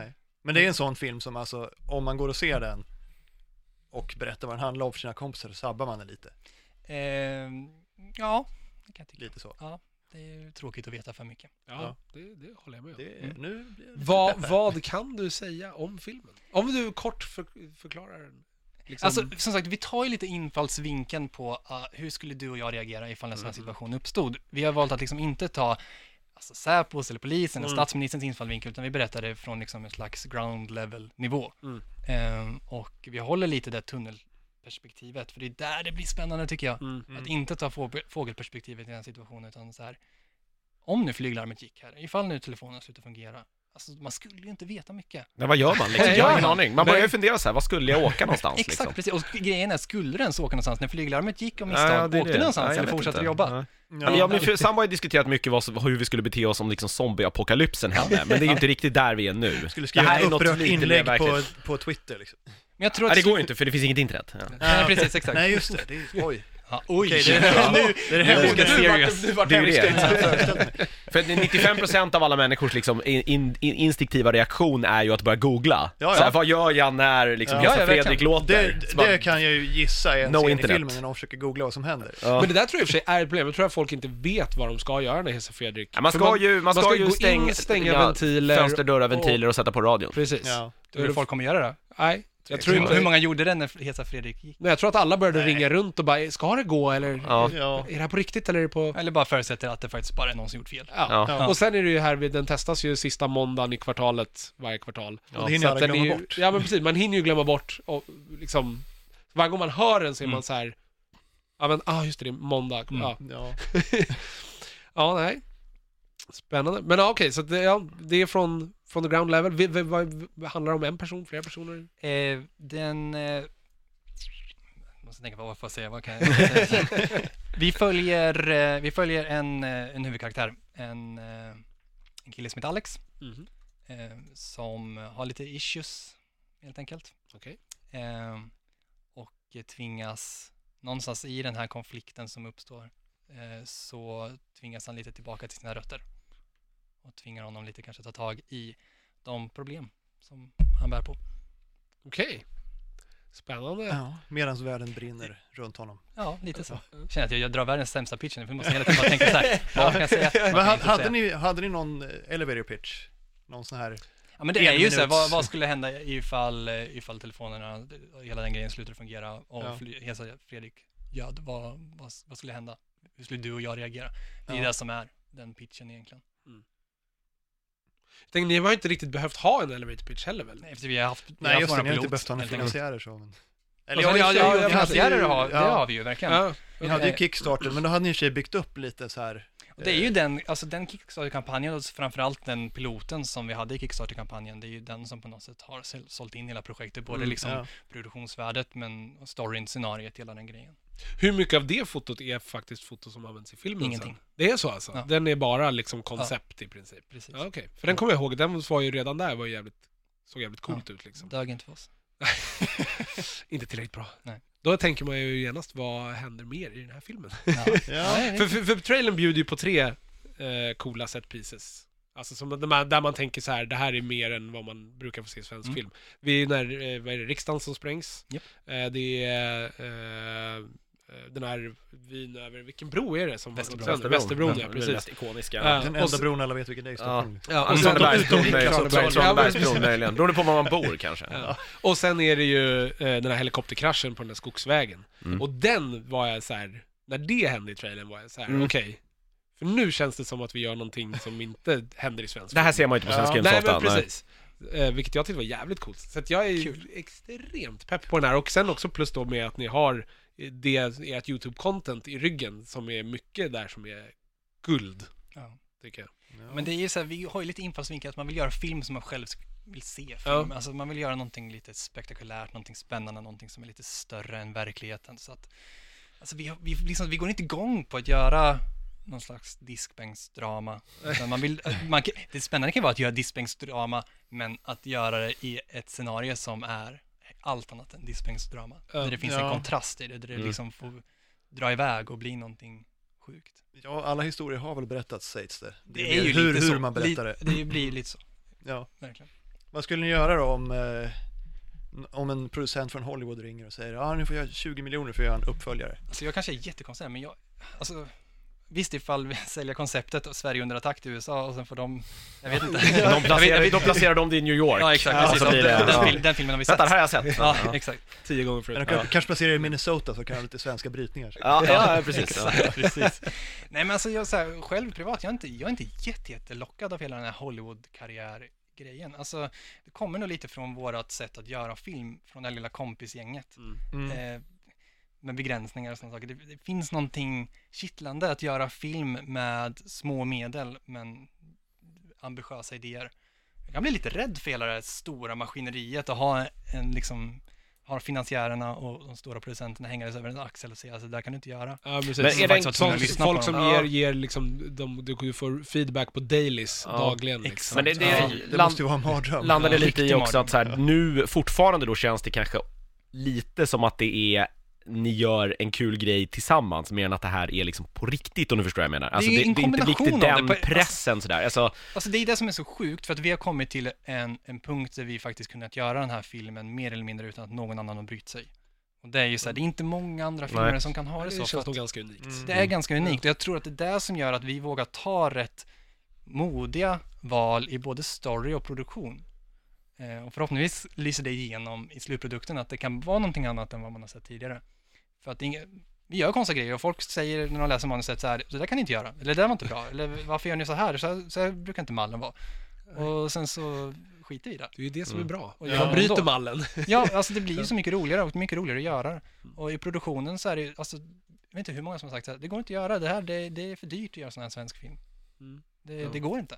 Men det är en sån film som alltså, om man går och ser den och berättar vad den handlar om för sina kompisar, så sabbar man den lite. Eh, ja, det kan jag tycka. Lite så. Ja, det är ju tråkigt att veta för mycket. Ja, Ja. Det, det håller jag med om. Det, Mm. nu blir jag lite Vad, pepp här. vad kan du säga om filmen? Om du kort för, förklarar den. Liksom, Alltså, som sagt, vi tar ju lite infallsvinkeln på uh, hur skulle du och jag reagera ifall en sån här situation uppstod. Vi har valt att liksom inte ta alltså, Säpos eller polisen eller Mm. statsministerns infallsvinkel, utan vi berättar det från liksom en slags ground level nivå. Mm. Ehm, och vi håller lite det tunnelperspektivet, för det är där det blir spännande tycker jag. mm. Mm. Att inte ta få- fågelperspektivet i den här situationen, utan så här, om nu flyglarmet gick här, ifall nu telefonen slutar fungera, alltså man skulle ju inte veta mycket. Men vad gör man liksom? Nej, Jag har ja. ingen aning. Man börjar ju fundera så här, vad skulle jag åka någonstans Exakt, liksom? precis. Och grejen är, skulle den så åka någonstans när flyglarmet gick om misstag, Ja, det är åkte det. någonstans Ja, jag eller vet fortsatte inte. jobba? Ja. Ja. Eller jag, min fru Sam har ju diskuterat mycket vad, som- hur vi skulle bete oss om liksom zombieapokalypsen hände, men det är ju inte riktigt där vi är nu. Skulle Det skriva här är ett något upprört lite mer inlägg på, verkligt. på Twitter liksom. Men jag tror Nej, att det går ju inte för det finns inget internet. Ja. Nej, precis, exakt. Nej, just det. det är, oj. Ja, oj, Okej, det är, nu, det är det Nu hemska. är det serious. Du vart Det är ju hemskt. det. För nittiofem procent av alla människors liksom in, in, instinktiva reaktion är ju att börja googla. Ja, ja. Så här, vad gör jag när liksom Ja, Hesa ja, Fredrik verkligen. låter? Det, Så bara, det kan jag ju gissa är en No scen i internet. filmen när någon försöker googla vad som händer. ja. Men det där tror jag i och för sig är ett problem. Jag tror att folk inte vet vad de ska göra när Hesa Fredrik. Ja, man För ska ju, man ska gå ju in, stänga, stänga ja, ventiler. fönster, dörrar, ventiler och sätta på radion. Precis. Ja. Tror du folk kommer göra det? Nej, jag tror Hur, inte. hur många gjorde det när Hesa Fredrik gick? Nej, jag tror att alla började Nej. ringa runt och bara, ska det gå eller? Ja. Ja. Är det här på riktigt eller är det på... Eller bara förutsätter att det faktiskt bara är någon som gjort fel? Ja. Ja. Ja. Och sen är det ju här, den testas ju sista måndagen i kvartalet, varje kvartal. Och det hinner Så alla att den är glömma ju, bort. Ja men precis, man hinner ju glömma bort och liksom, varje gång man hör den så är Mm. man så här. Ja men, ah just det, det är måndag. Mm. Ja. Ja. ja, nej. Spännande. Men ja, okej, så det, ja, det är från, från the ground level. Vi, vi, vad, vad handlar det om en person, flera personer? Eh, den... Eh, jag måste tänka på vad jag får säga. Vad kan jag säga? vi följer, eh, vi följer en, eh, en huvudkaraktär. En, eh, en kille som heter Alex. Mhm. Eh, som har lite issues, helt enkelt. Okej. Eh, och tvingas, någonstans i den här konflikten som uppstår, eh, så tvingas han lite tillbaka till sina rötter. Och tvingar honom lite kanske ta tag i de problem som han bär på. Okej. Spännande. Ja. Medans världen brinner runt honom. Ja, lite så. Jag känner att jag, jag drar världens sämsta pitch nu, för jag måste hela tiden bara tänka så här. Vad kan jag säga? Vad kan Men jag ha, inte hade, säga? ni, hade ni någon eh, elevator pitch? Någon sån här? Ja, men det är en ju så här, minuts- vad, vad skulle hända ifall, eh, ifall telefonerna, hela den grejen slutar fungera och Ja. fly, Hesa Fredrik göd, vad, vad, vad skulle hända? Hur skulle du och jag reagera? Det är Ja. det som är den pitchen egentligen. Jag tänkte, ni har ju inte riktigt behövt ha en elevator pitch heller väl? Efter vi har haft, vi har Nej, haft just det, våra ni har inte pilot, behövt ha några helt enkelt. finansiärer så. Men... Alltså, ja, ja, ja, ni hade Finansiärer ju- har, det ja, har vi ju verkligen. Ja. Ni hade ju Kickstarter, men då hade ni i och för sig byggt upp lite så här. Och det är ju den, alltså den Kickstarter-kampanjen och framförallt den piloten som vi hade i Kickstarter-kampanjen, det är ju den som på något sätt har säl- sålt in hela projektet, både Mm, liksom ja. produktionsvärdet men storyn, scenariet, hela den grejen. Hur mycket av det fotot är faktiskt foto som används i filmen? Ingenting. Sen? Det är så alltså? Ja. Den är bara liksom koncept i princip? Precis. Ja, okej. För den kommer jag ihåg, den var ju redan där, var ju jävligt, såg jävligt coolt ut liksom. Dög inte för oss. Inte tillräckligt bra. Nej. Då tänker man ju genast, vad händer mer i den här filmen? Ja. Ja. Nej, för, för, för trailern bjuder ju på tre eh, coola set pieces. Alltså som, där, man, där man tänker så här, det här är mer än vad man brukar få se i svensk Mm. film. Vi är när, eh, vad är det, riksdagen som sprängs. Japp. Eh, det är eh, den här vyn över, vilken bro är det som Västerbron. har gått sönder? Västerbron, ja, Det är den precis. mest ikoniska. Ja. Den och enda så- bron alla vet vilken det är i Stockholm. Ja, Och och sen Tranebergsbron utom- möjligen, så- Traneberg. Tranebergsbron möjligen, beroende på var man bor kanske. Ja. Och sen är det ju eh, den här helikopterkraschen på den här skogsvägen. Mm. Och den var jag så här, när det hände i trailern var jag så här, Mm. okej. För nu känns det som att vi gör någonting som inte händer i svensk Det här film. ser man ju inte på svensk Ja. film så Nej ofta. men precis. Eh, vilket jag tyckte var jävligt coolt. Så att jag är ju Kul. extremt pepp på den här. Och sen också plus då med att ni har det, ert YouTube-content i ryggen som är mycket där som är guld, Ja. tycker jag. Ja. Men det är ju så här, vi har ju lite infallsvinkel att man vill göra film som man själv vill se film. Ja. Alltså man vill göra någonting lite spektakulärt, någonting spännande, någonting som är lite större än verkligheten. Så att, alltså vi, har- vi, liksom, vi går inte igång på att göra någon slags diskbänksdrama. Utan man vill, man, kan- det spännande kan vara att göra diskbänksdrama, men att göra det i ett scenario som är allt annat än diskbänksdrama. Ja. Där det finns Ja. en kontrast i det, där det Mm. liksom får dra iväg och bli någonting sjukt. Ja, alla historier har väl berättats sägs det. Det, är är ju hur, lite hur så. man berättar det. Li- det blir lite så, Ja. verkligen. Vad skulle ni göra då om, eh, om en producent från Hollywood ringer och säger ja, ah, nu får jag tjugo miljoner för att göra en uppföljare? Alltså jag kanske är jättekonstig, men jag, alltså, visst ifall vi säljer konceptet och Sverige under attack till U S A och sen får de, jag vet inte. De placerar, de placerar dem i New York. Ja, exakt. Ja, Precis. så blir det, den, ja. den, den filmen har vi sett. Vänta, här har jag sett. Ja, Ja. exakt. Tio gånger Eller förut. de kanske placerar i Minnesota så kan de lite svenska brytningar. Ja, ja, precis. Exakt, precis. Nej men alltså jag så här, själv privat, jag är inte, jag är inte jätte, jätte lockad av hela den här Hollywood-karriär-grejen. Alltså det kommer nog lite från vårat sätt att göra film, från det här lilla kompisgänget. Mm. Eh, med begränsningar och sådana saker. Det, det finns någonting kittlande att göra film med små medel men ambitiösa idéer. Jag kan bli lite rädd för hela det här stora maskineriet och ha en liksom har finansiärerna och de stora producenterna hängandes över en axel och säga alltså där kan du inte göra. Ja, precis. Men är det en- Folk, lyssna folk på som dem. ger, Ja. ger liksom, de, du får feedback på dailies Ja, dagligen. Liksom. exakt. Men det, det, Ja, Det land, måste ju vara en mardröm. landade Ja, lite i riktig också att så här, mardröm. nu fortfarande då känns det kanske lite som att det är ni gör en kul grej tillsammans mer än att det här är liksom på riktigt, om du förstår vad jag menar. Alltså Det är det, en det är inte kombination riktigt av den det på- pressen sådär. Alltså, Alltså det är det som är så sjukt för att vi har kommit till en, en punkt där vi faktiskt kunnat göra den här filmen mer eller mindre utan att någon annan har brytt sig. Och det är ju så här, det är inte många andra filmer Nej. som kan ha det, Det så. känns För att nog ganska unikt. Mm. det är ganska unikt och jag tror att det är det som gör att vi vågar ta rätt modiga val i både story och produktion. Eh, och förhoppningsvis lyser det igenom i slutprodukten att det kan vara någonting annat än vad man har sett tidigare. För att det är inga, vi gör konstiga grejer och folk säger när de läser manuset så här, det där kan ni inte göra, eller det där var inte bra, eller varför gör ni så här, så här, så här brukar inte mallen vara. Och sen så skiter vi i det. Det är ju det som är bra. Och Ja, gör man bryter ändå. mallen. Ja, alltså det blir ju så mycket roligare och mycket roligare att göra. Och i produktionen så är det ju, alltså, jag vet inte hur många som har sagt så här, det går inte att göra det här, det, det är för dyrt att göra sån här svensk film. Mm. Det, Ja. det går inte.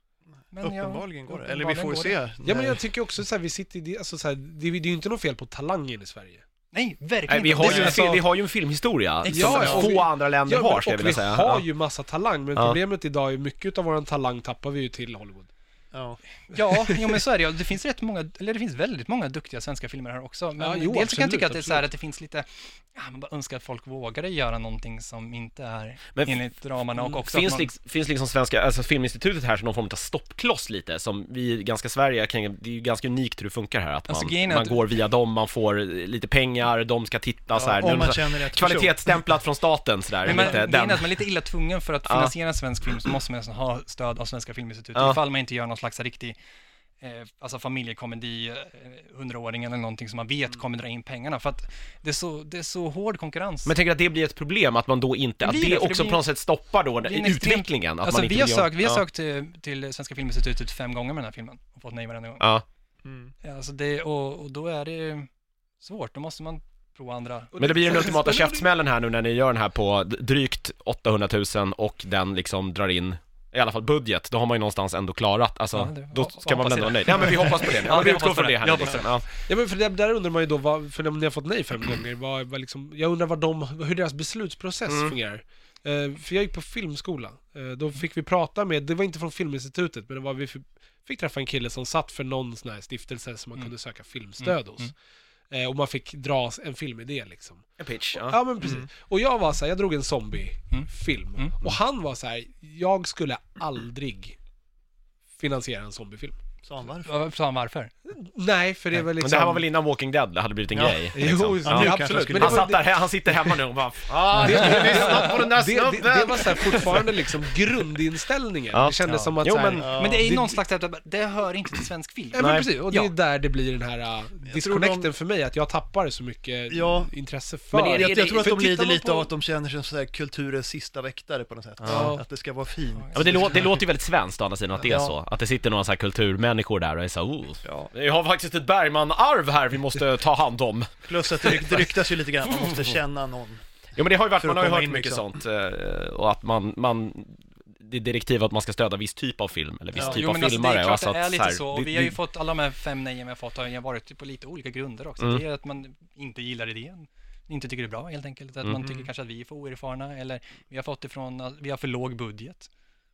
Men ja, Uppenbarligen går det. Eller vi får ju uppenbarligen se. går Ja, men när- jag tycker också så här, vi sitter i det, alltså så här, det, det är ju inte något fel på talangen i Sverige. Nej, verkligen nej, vi, inte. har Det ju är en, så- fil- vi har ju en filmhistoria Exakt. som Ja, ja, och få vi- andra länder Ja, men, har, ska jag och vilja vi säga. har Ja. ju massa talang, men Ja. problemet idag är mycket av våran talang tappar vi ju till Hollywood. Ja. Ja, jo, men så är det ju. Det finns rätt många, eller det finns väldigt många duktiga svenska filmer här också. Men Ja, jo, dels så kan jag tycka absolut, att det är så här absolut. att det finns lite, ja, man bara önskar att folk vågade göra någonting som inte är Men enligt ramarna och också finns, att man, liksom, finns liksom svenska, alltså Filminstitutet här som någon form av stoppkloss lite, som vi i ganska Sverige kan, det är ju ganska unikt hur det funkar här, att Alltså, man, grejen är man att- går via dem, man får lite pengar, de ska titta så här, Om man så- känner rätt person. kvalitetsstämplat från staten sådär, Men man, lite, grejen den. är att man är lite illa tvungen för att Ja. finansiera en svensk film så måste man nästan ha stöd av Svenska Filminstitutet Ja. ifall man inte gör någon slags riktig eh, alltså familjekomedi, eh, hundraåringen eller någonting som man vet kommer dra in pengarna för att det är så, det är så hård konkurrens. Men jag tänker att det blir ett problem, att man då inte, Det att blir det det, för också det blir- på något sätt stoppar då det blir en i extrem- utvecklingen, att alltså man inte vi har vill göra- sökt, vi har ja. sökt till, till Svenska Filminstitutet fem gånger med den här filmen och fått nej varenda gång. Ja. Mm. Ja, alltså det, och, och då är det svårt, då måste man prova andra. Men det blir den ultimata Men- käftsmällen här nu när ni gör den här på d- drygt åttahundratusen och den liksom drar in i alla fall budget, då har man ju någonstans ändå klarat, alltså, Ja, det- då hoppas ska man väl ändå det. vara nöjd. Ja, men vi hoppas på det. Ja, Ja, men vi vi utgår hoppas från på det det. här. Jag nu, hoppas liksom. Ja. Ja, men för där, där undrar man ju då, vad, för när ni har fått nej fem gånger, vad, vad liksom, jag undrar vad de, hur deras beslutsprocess Mm. fungerar. Eh, för jag gick på filmskola, eh, då fick vi prata med, det var inte från Filminstitutet, men det var, vi f- fick träffa en kille som satt för någon sån här stiftelse som man Mm. kunde söka filmstöd Mm, hos. mm. Eh, och man fick dra en filmidé liksom. En pitch, Ja, ja. men precis. Mm. Och jag var så här, jag drog en zombiefilm. Mm. Och han var så här, jag skulle aldrig finansiera en zombiefilm. Sa han varför? Vad sa han varför? Nej, för det var liksom... Men det här var väl innan Walking Dead, det hade blivit en Ja. grej. Jo, liksom. ja, nu det, kanske absolut. skulle- Men det Han, var, satt där, han sitter hemma nu och bara ah, det, det, det, lyssna på den där det, det, snubben! det var så här, fortfarande liksom grundinställningen. Ja. Det kändes Ja. som att Jo, så här, men- Ja. Men det är ju det- någon slags, det hör inte till svensk film. Ja, men Nej. precis. Och det är Ja. där det blir den här uh, disconnecten de- för mig, att jag tappar så mycket Ja. intresse för. Men är det- Jag, jag tror att för de tittar lider man lite på- av att de känner sig som så här kulturens sista väktare på något sätt. Ja. Att det ska vara fint. Ja, men det, lå- det låter ju väldigt svenskt å andra sidan att det är Ja. så. Att det sitter några så här kulturmänniskor där och är så här, oh, Ja. vi har faktiskt ett Bergman-arv här vi måste ta hand om. Plus att det, ryk, det ryktas ju lite grann att man måste känna någon. Jo, men det har ju varit, För man att har ju komma hört in, mycket liksom. sånt eh, och att man, man det är direktiv att man ska stödja viss typ av film eller viss Ja. typ Jo, av men alltså, filmare. det är klart alltså det är att lite här, så, och det- vi har ju det- fått, alla de här fem nejen vi har fått har ju varit på lite olika grunder också. Mm. Det är att man inte gillar idén, inte tycker det är bra helt enkelt, att Mm. man tycker kanske att vi är för oerfarna, eller vi har fått ifrån att vi har för låg budget.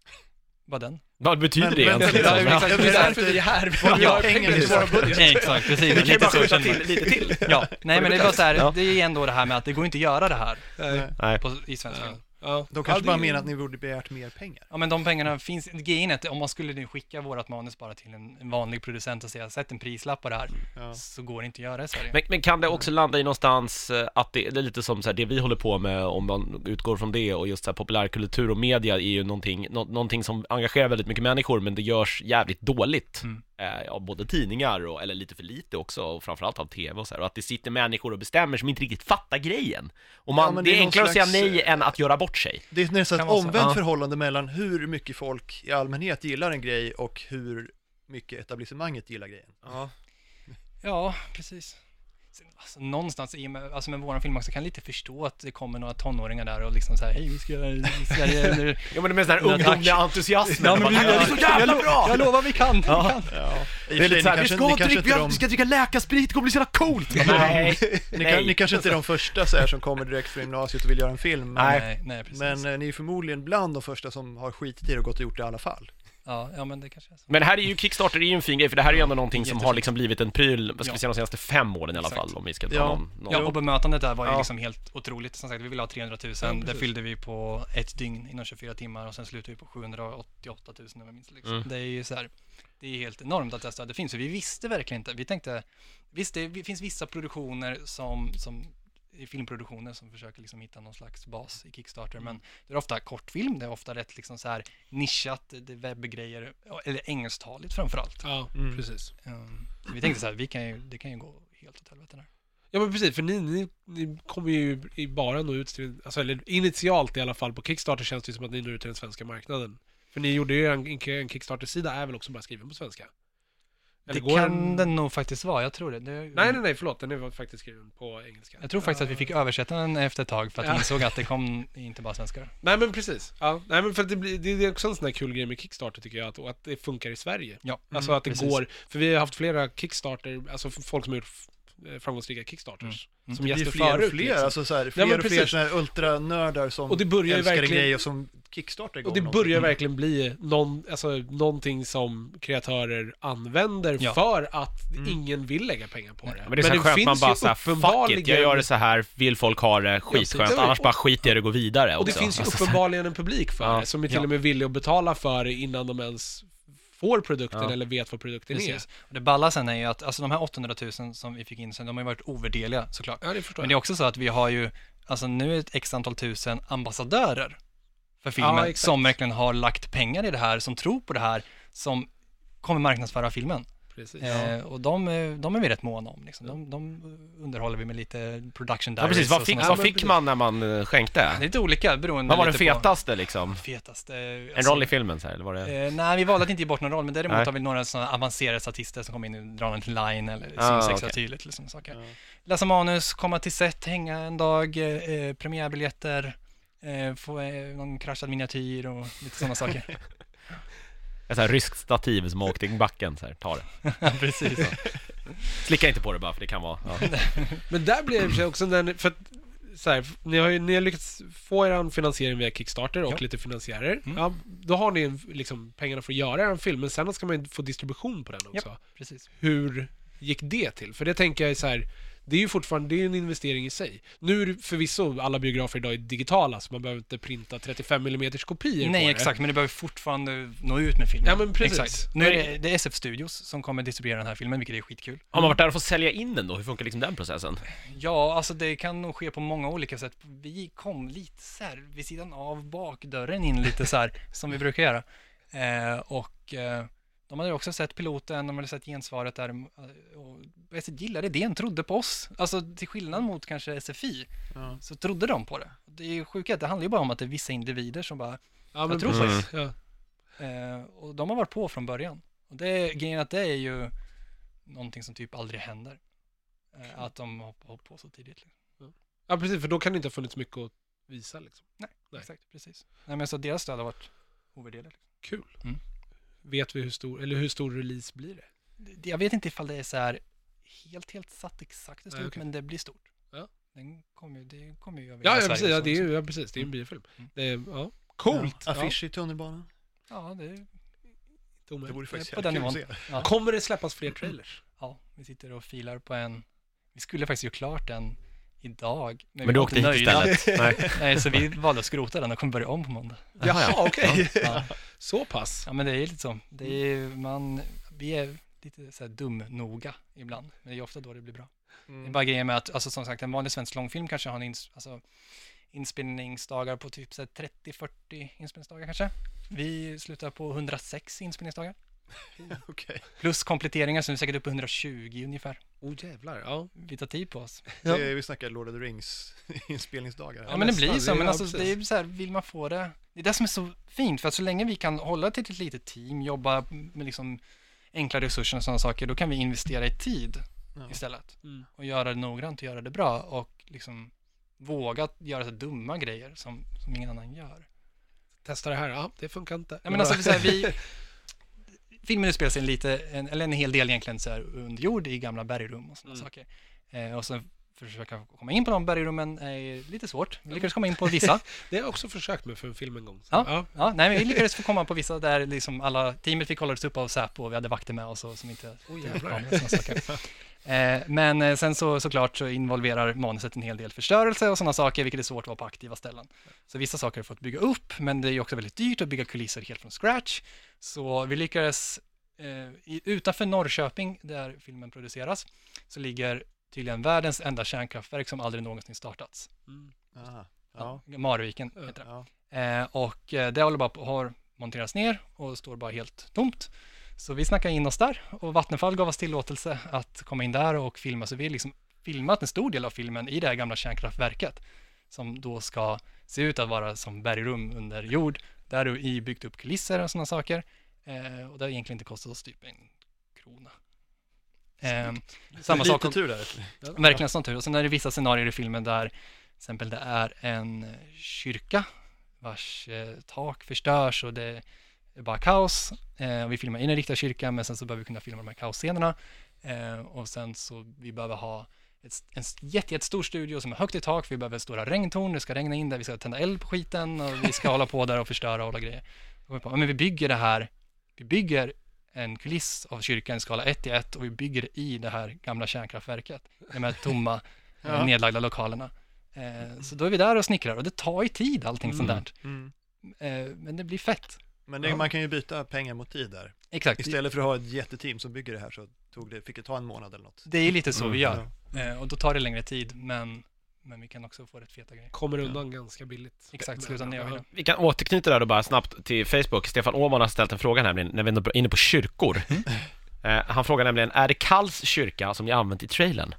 Vad den? Vad betyder Men- det men- egentligen? Ja, liksom? exakt. Ja. Det är därför vi är här. Vi har pengar till våra budget. Exakt, precis. Vi kan ju Lite bara så skjuta känner man. till lite till. Ja, nej men det är bara så här, Ja. det är ändå det här med att det går inte att göra det här Nej. Nej. på, i svensk film. Ja. De kanske ja, bara det- menar att ni borde begärt mer pengar. Ja, men de pengarna finns, grejen är att om man skulle nu skicka vårat manus bara till en, en vanlig producent och säga sätt en prislapp på det här, Ja. så går det inte att göra i Sverige. Men, men kan det också landa i någonstans eh, att det, det är lite som så här, det vi håller på med, om man utgår från det, och just så här, populärkultur och media är ju någonting, nå, någonting som engagerar väldigt mycket människor, men det görs jävligt dåligt Mm. eh, av både tidningar och, eller lite för lite också, och framförallt av tv och så här, och att det sitter människor och bestämmer som inte riktigt fattar grejen. Och man, Ja, men det det är är någon enklare slags, att säga nej eh, än att göra bort sig. Det är nästan Kan ett vara så. omvänt Ja. förhållande mellan hur mycket folk i allmänhet gillar en grej och hur mycket etablissemanget gillar grejen. Ja. Ja, precis. Sen, alltså, någonstans i och med, alltså med våran film också kan jag lite förstå att det kommer några tonåringar där och liksom så här, hej vi ska göra Sverige eller... Ja, men det är med sån här Ja, ungdomliga tack. entusiasm. Ja, men vi- det är så jävla bra! Jag lovar vi kan, Ja. vi kan. Ja. I Det är och för lite sig, såhär, ni vi kanske- ska, ni kanske dricka, inte de- vi ska dricka läkarsprit, det kommer bli så jävla coolt! Nej, Ni, nej. kan, ni kanske inte är de första så här, som kommer direkt från gymnasiet och vill göra en film, men, Nej. Nej, nej, precis. men eh, ni är förmodligen bland de första som har skitit i det och gått och gjort det i alla fall. Ja, ja, men det kanske är så. Men det här är ju, Kickstarter är ju en fin grej, för det här är ju ändå någonting som har Jättefint. liksom blivit en pryl, vad ska Ja. vi säga, de senaste fem åren i alla Exakt. fall, om vi ska ta Ja. någon, någon. Ja, och bemötandet där var ju Ja. liksom helt otroligt. Som sagt, vi ville ha trehundratusen. Ja, det precis. fyllde vi på ett dygn inom tjugofyra timmar och sen slutade vi på sjuhundraåttioåtta tusen om jag minns liksom. Mm. Det är ju så här, det är helt enormt att det här stödet finns. För vi visste verkligen inte. Vi tänkte, visst det finns vissa produktioner som, som i filmproduktioner som försöker liksom hitta någon slags bas i Kickstarter, men det är ofta kortfilm, det är ofta rätt liksom så här nischat, det är webbgrejer, eller engelsktaligt framförallt. Ja, Mm. precis. Um, så vi tänkte så här, vi kan ju, det kan ju gå helt åt helvete där. Ja men precis, för ni, ni, ni kommer ju i bara nå ut till, alltså, eller initialt i alla fall på Kickstarter känns det som att ni når ut till den svenska marknaden. För ni gjorde ju en, en Kickstarter-sida är väl också bara skriven på svenska? Eller Det går kan den nog faktiskt vara, jag tror det. det Nej, nej, nej, förlåt, den är faktiskt skriven på engelska. Jag tror faktiskt att vi fick översätta den efter ett tag för att Ja. vi insåg att det kom inte bara svenskar. Nej men precis, ja. Nej men för att det, blir, det är också en sån här kul grej med Kickstarter tycker jag, att, och att det funkar i Sverige. Ja, Alltså att det precis. går, för vi har haft flera Kickstarter, alltså folk som har gjort f- framgångsrika Kickstarters. Mm. Som Det blir gäster fler och förut. fler, liksom. alltså så här, Ja, fler men och fler precis. såna här ultranördar som Och det börjar ju älskar verkligen- en grej och som kickstartar igång Och det någonting. börjar Mm. verkligen bli någon, alltså, någonting som kreatörer använder Ja. för att Mm. ingen vill lägga pengar på det. Men det är så här skönt, man bara såhär, fuck it, jag gör det så här, vill folk ha det, skitskönt, precis. annars bara skiter jag i det och går vidare Och det också. finns ju Alltså, så här. uppenbarligen en publik för Ja. det, som är till Ja. och med villig att betala för det innan de ens får produkten Ja. eller vet vad produkten Precis. Och det balla sen är ju att alltså, de här åttahundratusen som vi fick in sen, de har ju varit ovärderliga såklart. är. Ja, det förstår Men det är jag. också så att vi har ju, alltså nu ett x antal tusen ambassadörer för filmen Ja, exakt. som verkligen har lagt pengar i det här, som tror på det här, som kommer marknadsföra filmen. Precis. Eh, och de, eh, de är vi rätt måna om. Liksom. De, de underhåller vi med lite production Ja, precis, diaries vad och fick, såna vad men fick precis. man när man eh, skänkte? Det är lite olika beroende Vad var den lite fetaste liksom? på fetaste. En alltså, roll i filmen så här, eller var det? Eh, nej, vi valde att inte ge bort någon roll, men däremot Nej. har vi några sådana avancerade statister som kommer in och drar en till line eller syns Ah, extra okej. tydligt. Liksom, saker. Ja. Läsa manus, komma till set, hänga en dag, eh, premiärbiljetter, eh, få eh, någon kraschad miniatyr och lite sådana saker. Ett så här ryskt stativ som åkte i backen så här, ta det. Ja, precis. Slicka inte på det bara, för det kan vara... Ja. Men där blir det i och för sig också den, för att, så här, ni har ju ni har lyckats få er finansiering via Kickstarter och Ja. lite finansiärer. Mm. Ja, då har ni en, liksom, pengarna för att göra er film, men sen ska man ju få distribution på den också. precis. Hur gick det till? För det tänker jag är så här, det är ju fortfarande det är en investering i sig. Nu är det förvisso alla biografer idag är digitala, så man behöver inte printa trettiofem millimeter kopior Nej, på exakt, men det behöver fortfarande nå ut med filmen. Ja, men precis. Exakt. Nu är det, det är S F Studios som kommer distribuera den här filmen, vilket är skitkul. Har man varit där och fått sälja in den då? Hur funkar liksom den processen? Ja, alltså det kan nog ske på många olika sätt. Vi kom lite så här vid sidan av bakdörren in lite så här, som vi brukar göra. Eh, och eh, de hade ju också sett piloten, de hade sett gensvaret där och jag gillade idén, trodde på oss. Alltså till skillnad mot kanske S F I Ja. så trodde de på det. Det är ju sjukt, det handlar ju bara om att det är vissa individer som bara, Ja, Jag tror precis. Ja. eh, och de har varit på från början. Och det, grejen är att det är ju någonting som typ aldrig händer. Eh, att de har hållit på så tidigt. Liksom. ja, precis, för då kan det inte ha funnits mycket att visa liksom. Nej, Nej. exakt, precis. Nej, men så deras stöd har varit ovärderligt. Kul. Mm. Vet vi hur stor, eller hur stor release blir det? Det- Jag vet inte ifall det är så här helt, helt satt exakt hur stort, Nej, okej. men det blir stort. Ja. Den kommer ju, det kommer ju över Ja, hela ja, Sverige precis, ja, och det är så. ju, ja, precis, det är en Mm. biofilm. Mm. Det är, ja, coolt. Ja. Ja, Affisch i tunnelbanan. Ja, det är, inte Det omöjligt. borde faktiskt på jävligt den kul att se. ja, Kommer det släppas fler trailers? ja, vi sitter och filar på en, vi skulle faktiskt göra klart den idag. Men, Men vi du var åkte inte hit nöjda. istället? Nej. Nej, så vi valde att skrota den och kommer börja om på måndag. Jaha, okej. Ja. Så pass. Ja, men det är lite så. Det är, man, vi är lite så här dum-noga ibland, men det är ofta då det blir bra. Det är Mm. bara grejen med att, alltså, som sagt, en vanlig svensk långfilm kanske har en ins, alltså, inspelningsdagar på typ så här trettio fyrtio inspelningsdagar kanske. Vi slutar på hundrasex inspelningsdagar. Okej. Plus kompletteringar, så vi är säkert uppe på hundratjugo ungefär. Oh jävlar, ja. Vi tar tid på oss. Ja. Det är- Vi snackar Lord of the Rings inspelningsdagar. Ja, men det blir nästan, så. det är- Men ja, alltså, precis. det är så här, vill man få det... Det är det som är så fint, för att så länge vi kan hålla till ett litet team, jobba med liksom enkla resurser och sådana saker, då kan vi investera i tid Ja. istället. Mm. Och göra det noggrant och göra det bra och liksom våga göra så dumma grejer som, som ingen annan gör. Testa det här, ja, det funkar inte. Ja, men alltså, så här, vi... Filmen utspelar sig en lite, en, eller en hel del egentligen så här under jord i gamla bergrum och sådana Mm. saker. Eh, och sen försöka komma in på de bergrummen är lite svårt. Vi lyckades komma in på vissa. Det har jag också försökt med för en film en gång. Så, Ja. ja. Ja, nej, men vi lyckades få komma på vissa där liksom alla teamet fick hållades upp av Säpo och vi hade vakter med oss och som inte Oh, kom jävlar. och såna saker. Eh, men eh, sen så såklart så involverar manuset en hel del förstörelse och sådana saker, vilket är svårt att vara på aktiva ställen. Så vissa saker har fått bygga upp, men det är ju också väldigt dyrt att bygga kulisser helt från scratch. Så vi lyckades eh, i, utanför Norrköping, där filmen produceras, så ligger tydligen världens enda kärnkraftverk som aldrig någonsin startats. Mm. Aha. Ja. Marviken heter det. Ja. Eh, och eh, det håller bara på, har monterats ner och står bara helt tomt. Så vi snackade in oss där och Vattenfall gav oss tillåtelse att komma in där och filma. Så vi har liksom filmat en stor del av filmen i det här gamla kärnkraftverket som då ska se ut att vara som bergrum under jord. Där är i byggt upp kulisser och sådana saker. Eh, och det har egentligen inte kostat oss typ en krona. Eh, samma sak. Lite tur där. Verkligen sån tur. Och sen är det vissa scenarier i filmen där till exempel det är en kyrka vars eh, tak förstörs och det är bara kaos. Eh, och vi filmar in en riktig kyrka, men sen så behöver vi kunna filma de här kaosscenerna. Eh, och sen så vi behöver ha ett, en jätte, jättestor studio som är högt i tak, för vi behöver stora regntorn, det ska regna in där, vi ska tända eld på skiten och vi ska hålla på där och förstöra och hålla grejer. Och vi bara, men vi bygger det här, vi bygger en kuliss av kyrkan i skala ett till ett och vi bygger det i det här gamla kärnkraftverket, de här tomma, Ja. eh, nedlagda lokalerna. Eh, så då är vi där och snickrar och det tar ju tid allting Mm. sånt där. Mm. Eh, men det blir fett. Men det, Ja. man kan ju byta pengar mot tid där. Exakt. Istället för att ha ett jätteteam som bygger det här så tog det, fick det ta en månad eller något. Det är lite så Mm, vi gör. Ja. Eh, och då tar det längre tid, men, men vi kan också få rätt feta grejer. Kommer undan ganska billigt. Exakt, sluta ner Ja. det. Vi kan återknyta där då bara snabbt till Facebook. Stefan Åhman har ställt en fråga nämligen, när vi är inne på kyrkor. Eh, han frågar nämligen, är det Kalls kyrka som ni använt i trailern?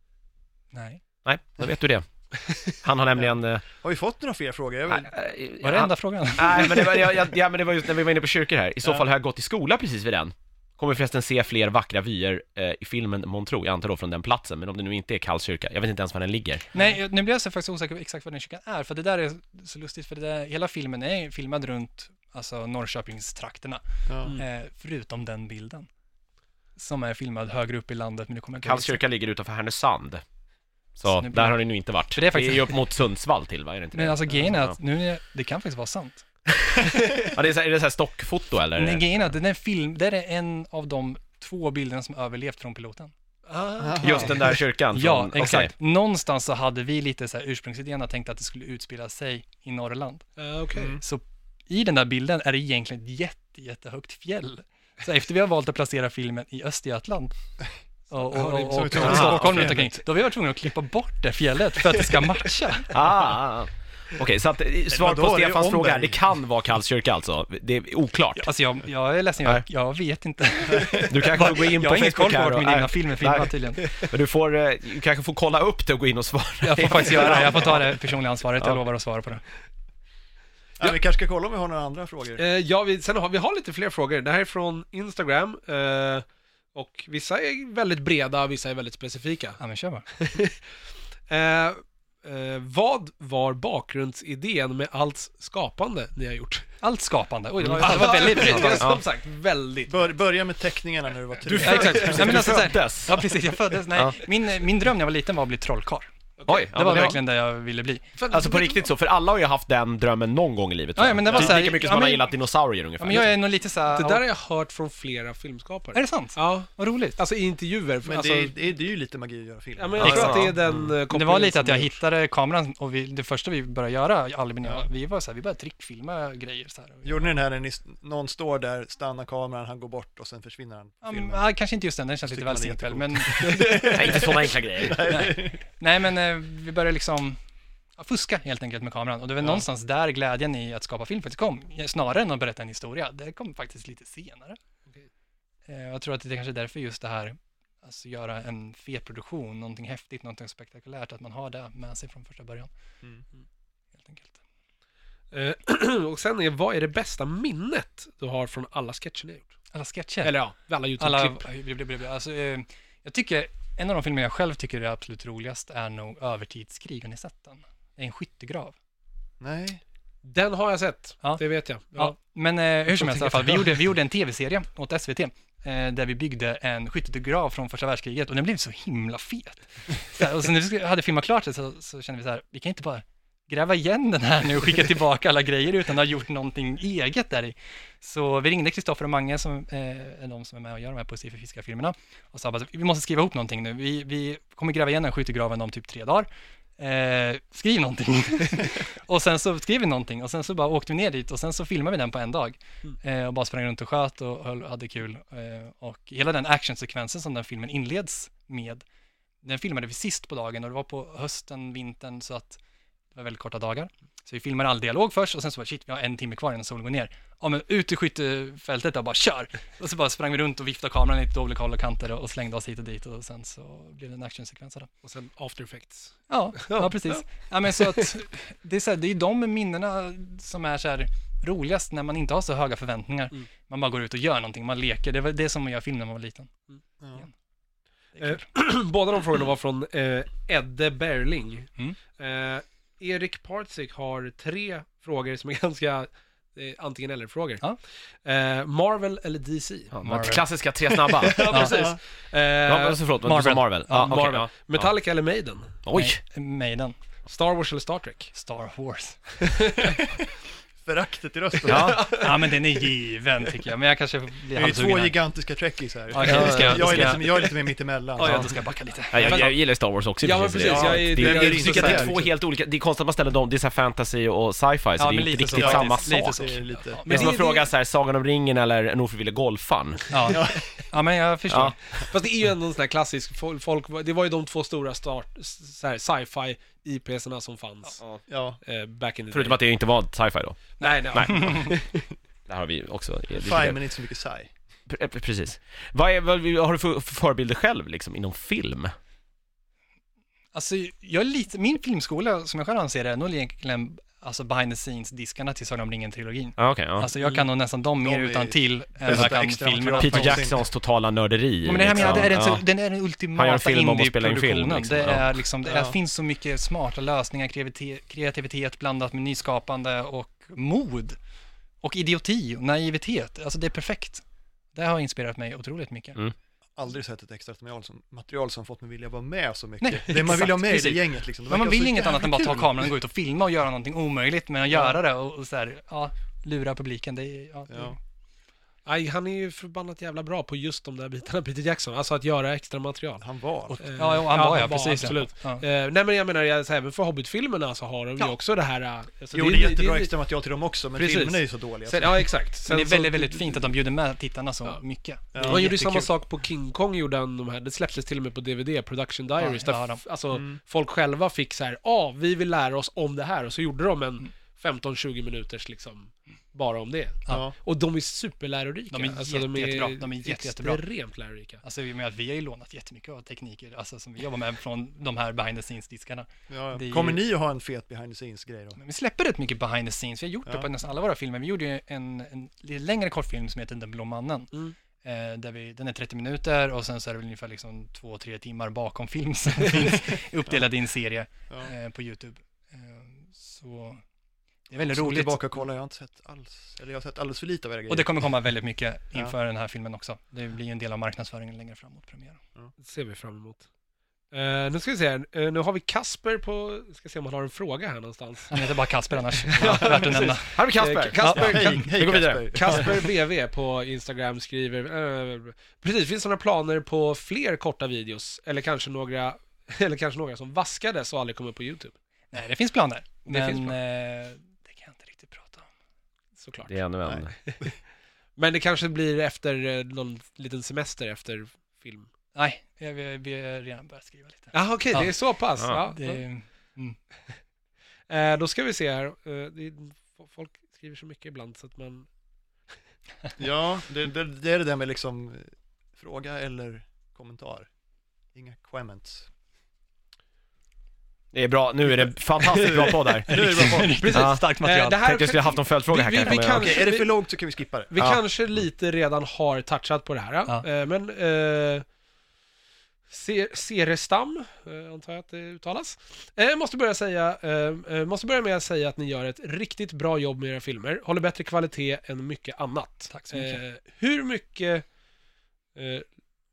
Nej. Nej, då vet du det. Han har nämligen... Eh, Har vi fått några fler frågor? Jag vill... eh, Var det han- enda frågan? Nej, men det var, jag, jag, ja, men det var just när vi var inne på kyrkor här. I så fall har jag gått i skola precis vid den. Kommer förresten se fler vackra vyer eh, i filmen Montreux, jag antar då från den platsen. Men om det nu inte är Kalls kyrka, jag vet inte ens var den ligger. Nej, nu blir jag så faktiskt osäker på exakt vad den kyrkan är, för det där är så lustigt, för det där, hela filmen är filmad runt alltså Norrköpingstrakterna, Ja. Mm. eh, förutom den bilden som är filmad högre upp i landet, men det kommer jag inte Kalls ihåg. kyrka ligger utanför Härnösand. Så, Så nu blir där det- har det nu inte varit. För det är faktiskt- ju upp mot Sundsvall till, va? Är det inte Men det? alltså grejen är Ja. att nu är, det kan faktiskt vara sant. Ja, det är, så, är det så här stockfoto eller? Men grejen är att den är film, det är en av de två bilderna som överlevt från piloten. Ah. Just den där kyrkan? Från, Ja, okej. exakt. Någonstans så hade vi lite så här ursprungsidén och tänkt att det skulle utspela sig i Norrland. Ja, okej. Mm. Så i den där bilden är det egentligen ett jätte, jättehögt fjäll. Så efter vi har valt att placera filmen i Östergötland och, och, Ja, det är och, som och, ett och ah, Stockholm runt fjället. omkring, då har vi varit tvungna att klippa bort det fjället för att det ska matcha. Ah, ah, ah. Okej, så att, eh, svar vadå, på det är Stefans Omberg. fråga, det kan vara Kalls kyrka alltså. Det är oklart. Alltså jag, jag är ledsen, jag, jag vet inte. Du kanske får gå in Jag på har ingen koll Facebook på här vart och, min egna nej, film är nej. filmad tydligen. Men du får, eh, du kanske får kolla upp det och gå in och svara. Jag får faktiskt göra det, jag får ta det personliga ansvaret, jag Ja. lovar att svara på det. Ja, vi kanske ska kolla om vi har några andra frågor. Eh, ja, vi, sen har vi har lite fler frågor. Det här är från Instagram. Eh, och vissa är väldigt breda, vissa är väldigt specifika. Ja men kör bara. Eh, eh, vad var bakgrundsidén med allt skapande ni har gjort? Allt skapande, oj det var, det var väldigt brett. Ja, Ja, som sagt, väldigt. Bör, börja med teckningarna när du var tre. exakt. Nej, men Du alltså, så här- föddes. Ja precis, jag föddes, nej. Ja. Min, min dröm när jag var liten var att bli trollkarl. Oj, ja, Det var men verkligen det jag ville bli. Alltså på riktigt så, för alla har ju haft den drömmen någon gång i livet. Ja, ja, men det var Typ så här- lika mycket ja, som man men- har gillat dinosaurier Ja, ungefär. men jag är nog lite så här... Det där har jag hört från flera filmskapare. Är det sant? Ja, Vad roligt. alltså i intervjuer. Men alltså, det, är, det, är, det är ju lite magi att göra film. ja, men jag Ja, tror ja, att det är ja. den Mm. mm. Men det var lite att jag hittade kameran och vi, det första vi började göra, Albin och jag, vi var så här, vi började trickfilma grejer så här. Gjorde ni den här när ni, någon står där, stannar kameran, han går bort och sen försvinner han? Ja, Filmen. men, ja, kanske inte just den, den känns lite Tycker väl man är simpel, jättecool. men Nej, inte sådana enkla grejer. nej. nej men eh, vi började liksom ja, fuska helt enkelt med kameran och det var Ja. någonstans där glädjen i att skapa film faktiskt kom, snarare än att berätta en historia, det kom faktiskt lite senare. Eh, jag tror att det är kanske därför just det här, alltså göra en fet produktion, någonting häftigt, någonting spektakulärt, att man har det med sig från första början, Mm. helt enkelt. Eh, och sen är, vad är det bästa minnet du har från alla sketcher ni har gjort? Alla sketcher. Eller ja, alla Alla, YouTube-klipp. alltså, eh, jag tycker, en av de filmer jag själv tycker är absolut roligast är nog Övertidskrig, har ni sett den? Det är en skyttegrav. Nej. Den har jag sett, Ja. det vet jag. Ja, Ja. men eh, hur som helst i alla fall, vi Ja. gjorde, vi gjorde en tv-serie åt S V T eh, där vi byggde en skyttegrav från första världskriget och den blev så himla fet. Så här, och så när vi hade filmat klart det så, så kände vi så här, vi kan inte bara gräva igen den här nu och skicka tillbaka alla grejer utan att ha gjort någonting eget där i. Så vi ringde Kristoffer och Mange som eh, är de som är med och gör de här Poesi för fiskar-filmerna och sa att vi måste skriva ihop någonting nu. Vi, vi kommer gräva igen den skyttegraven om typ tre dagar. Eh, skriv någonting. Och sen så skrev vi någonting och sen så bara åkte vi ner dit och sen så filmade vi den på en dag. Eh, och bara sprang runt och sköt och höll, hade kul. Eh, och hela den actionsekvensen som den filmen inleds med, den filmade vi sist på dagen och det var på hösten, vintern så att det var väldigt korta dagar. Så vi filmade all dialog först och sen så var shit, vi har en timme kvar innan solen går ner. Ja men ut i skyttefältet och bara kör! Och så bara sprang vi runt och viftade kameran i lite olika håll och kanter och slängde oss hit och dit och sen så blev det en actionsekvens av det. Och sen after effects. Ja, ja precis. Ja, men så att det är så här, det är de minnena som är så här roligast när man inte har så höga förväntningar. Mm. Man bara går ut och gör någonting, man leker. Det var det som man gör film när man var liten. Ja. Det är kul. Båda de frågorna var från eh, Edde Berling. Mm. Eh, Erik Partsik har tre frågor som är ganska eh, antingen eller-frågor. Ja. Eh, Marvel eller D C? Ja, Marvel. klassiska tre snabba. Ja, precis. Eh, Ja, men så förlåt, men du sa Marvel. Marvel. Ja, okej, Marvel. ja. Metallica eller Maiden? Oj! Nej, Maiden. Star Wars eller Star Trek? Star Wars. Föraktet i rösten. Ja. Ja, men den är given tycker jag. Men jag kanske blir Det är ju halvsugen två här. gigantiska trekkies här. Okej, då ska jag- då jag, är ska jag- lite, jag är lite mer mittemellan. Ja, så. ja, då ska jag backa lite. Ja, jag, jag gillar Star Wars också. Ja, men precis. precis. Det, Jag är- det, det är jag inte tycker så att det är här, två liksom. helt olika, det är konstigt att man ställer dem, det är så här fantasy och sci-fi, så Ja, det är men inte lite riktigt så. samma Lite sak. så. Det är lite... Det är Men som att det- fråga så här, Sagan om ringen eller En ofrivillig golfan. Ja. Ja, men jag förstår. Ja. Fast det är ju ändå en sån här klassisk, folk, folk, det var ju de två stora start, så här, sci-fi I P-serna som fanns Ja, eh, back in the Förutom day. att det inte var sci-fi då. Nej, nej. Nej. Där har vi också eh, fine diskuterat. men inte så mycket sci. Pre- pre- Precis. Vad, är, vad har du för för förebilder själv liksom inom film? Alltså, jag är lite, min filmskola som jag själv anser det är nog egentligen alltså behind the scenes-diskarna till Sagan om ringen-trilogin. Ja, okej, ja. Alltså jag kan nog nästan dem mer De är- utan till än bästa vad jag kan extra filmerna. material. Peter Ja. Jacksons totala nörderi. Ja, men det här menar, det är den, liksom. så, den är den Han gör ultimata en film om att spela in film, indie-produktionen. liksom. Det Ja. är liksom, det är, Ja. finns så mycket smarta lösningar, kreativitet, kreativitet blandat med nyskapande och mod. Och idioti och naivitet. Alltså det är perfekt. Det har inspirerat mig otroligt mycket. Mm. Aldrig sett ett extra material som, material som fått mig vilja vara med så mycket. Nej, det man vill ha exakt, med i precis. det gänget liksom. Det Men man verkar vill så inget annat än bara ta jävla kul. kameran och gå ut och filma och göra någonting omöjligt, men att Ja. göra det och, och så här, ja, lura publiken. Det är, ja, det är, Ja. Aj, han är ju förbannat jävla bra på just de där bitarna, Peter Jackson. Alltså att göra extra material. Han var. och, Eh, ja, ja, han var ja, han var, precis. absolut. Ja. Eh, nej men jag menar, jag, så även för Hobbit-filmerna så har de ju Ja. också det här... eh, Alltså, Jo, det är jättebra extra material till dem också, men Precis. filmerna är ju så dåliga. Sen, ja, exakt. Sen Men det är så- väldigt, väldigt fint att de bjuder med tittarna så Ja. mycket. Ja. Det är Man gjorde ju samma jättekul. sak på King Kong, gjorde han de här, det släpptes till och med på D V D, Production Diaries, Ja, där ja, f- alltså, Mm. folk själva fick så här, ja, ah, vi vill lära oss om det här, och så gjorde de en Mm. femton tjugo minuters liksom, bara om det. Ja. Och de är superlärorika. De är alltså, jätte- jättebra. De är jätte- jättebra. extremt lärorika. Alltså vi, med att vi har ju lånat jättemycket av tekniker, alltså som vi jobbar med från de här behind the scenes-diskarna. Ja. Det är ju- Kommer ni att ha en fet behind the scenes-grej då? Men vi släpper rätt mycket behind the scenes, vi har gjort Ja. det på nästan alla våra filmer. Vi gjorde ju en, en lite längre kortfilm som heter Den blå mannen. Mm. Eh, där vi, den är trettio minuter och sen så är det väl ungefär liksom två, tre timmar bakom film som finns uppdelad i en serie Ja. eh, på YouTube. Eh, så det är väldigt Så roligt. tillbaka och kolla, jag har inte sett alls, eller jag har sett alldeles för lite av era grejer. Och det kommer komma väldigt mycket Ja. inför den här filmen också. Det blir en del av marknadsföringen längre framåt premiär. Det ser vi fram emot. Uh, nu ska vi se här. Uh, nu har vi Kasper på... Ska se om han har en fråga här någonstans. Han heter bara Kasper annars. Ja, värt att nämna. Här har vi Kasper. Uh, Kasper, Hej, Ka- hej vi går vidare. Kasper. Kasper B V på Instagram skriver... Uh, precis, finns det några planer på fler korta videos? Eller kanske några, eller kanske några som vaskades och aldrig kommer på YouTube? Nej, det finns planer. Det Men finns planer. eh, det kan jag inte riktigt prata om. Såklart. Det är ännu en. Men det kanske blir efter uh, någon liten semester efter film. Nej, vi, vi, vi har redan börjat skriva lite. Ja, okej, okay, Ja. det är så pass. Ja. Ja. Det, mm. Eh, då ska vi se här. Eh, det, folk skriver så mycket ibland så att man... Ja, det, det, det är det där med liksom fråga eller kommentar. Inga comments. Det är bra, nu är det fantastiskt bra podd här. Nu är det bra på. Precis, Ja. starkt Eh, material. det här- Tänkte jag skulle haft någon följdfråga här Vi- vi- kanske. vi men- kan- Okej, är det vi- för långt så kan vi skippa det. Vi Ja. kanske lite redan har touchat på det här. Ja. Eh, men eh, Se- Serestam, eh, antar jag att det uttalas. Eh, måste, börja säga, eh, eh, måste börja med att säga att ni gör ett riktigt bra jobb med era filmer. Håller bättre kvalitet än mycket annat. Tack så mycket. Eh, hur mycket... Eh,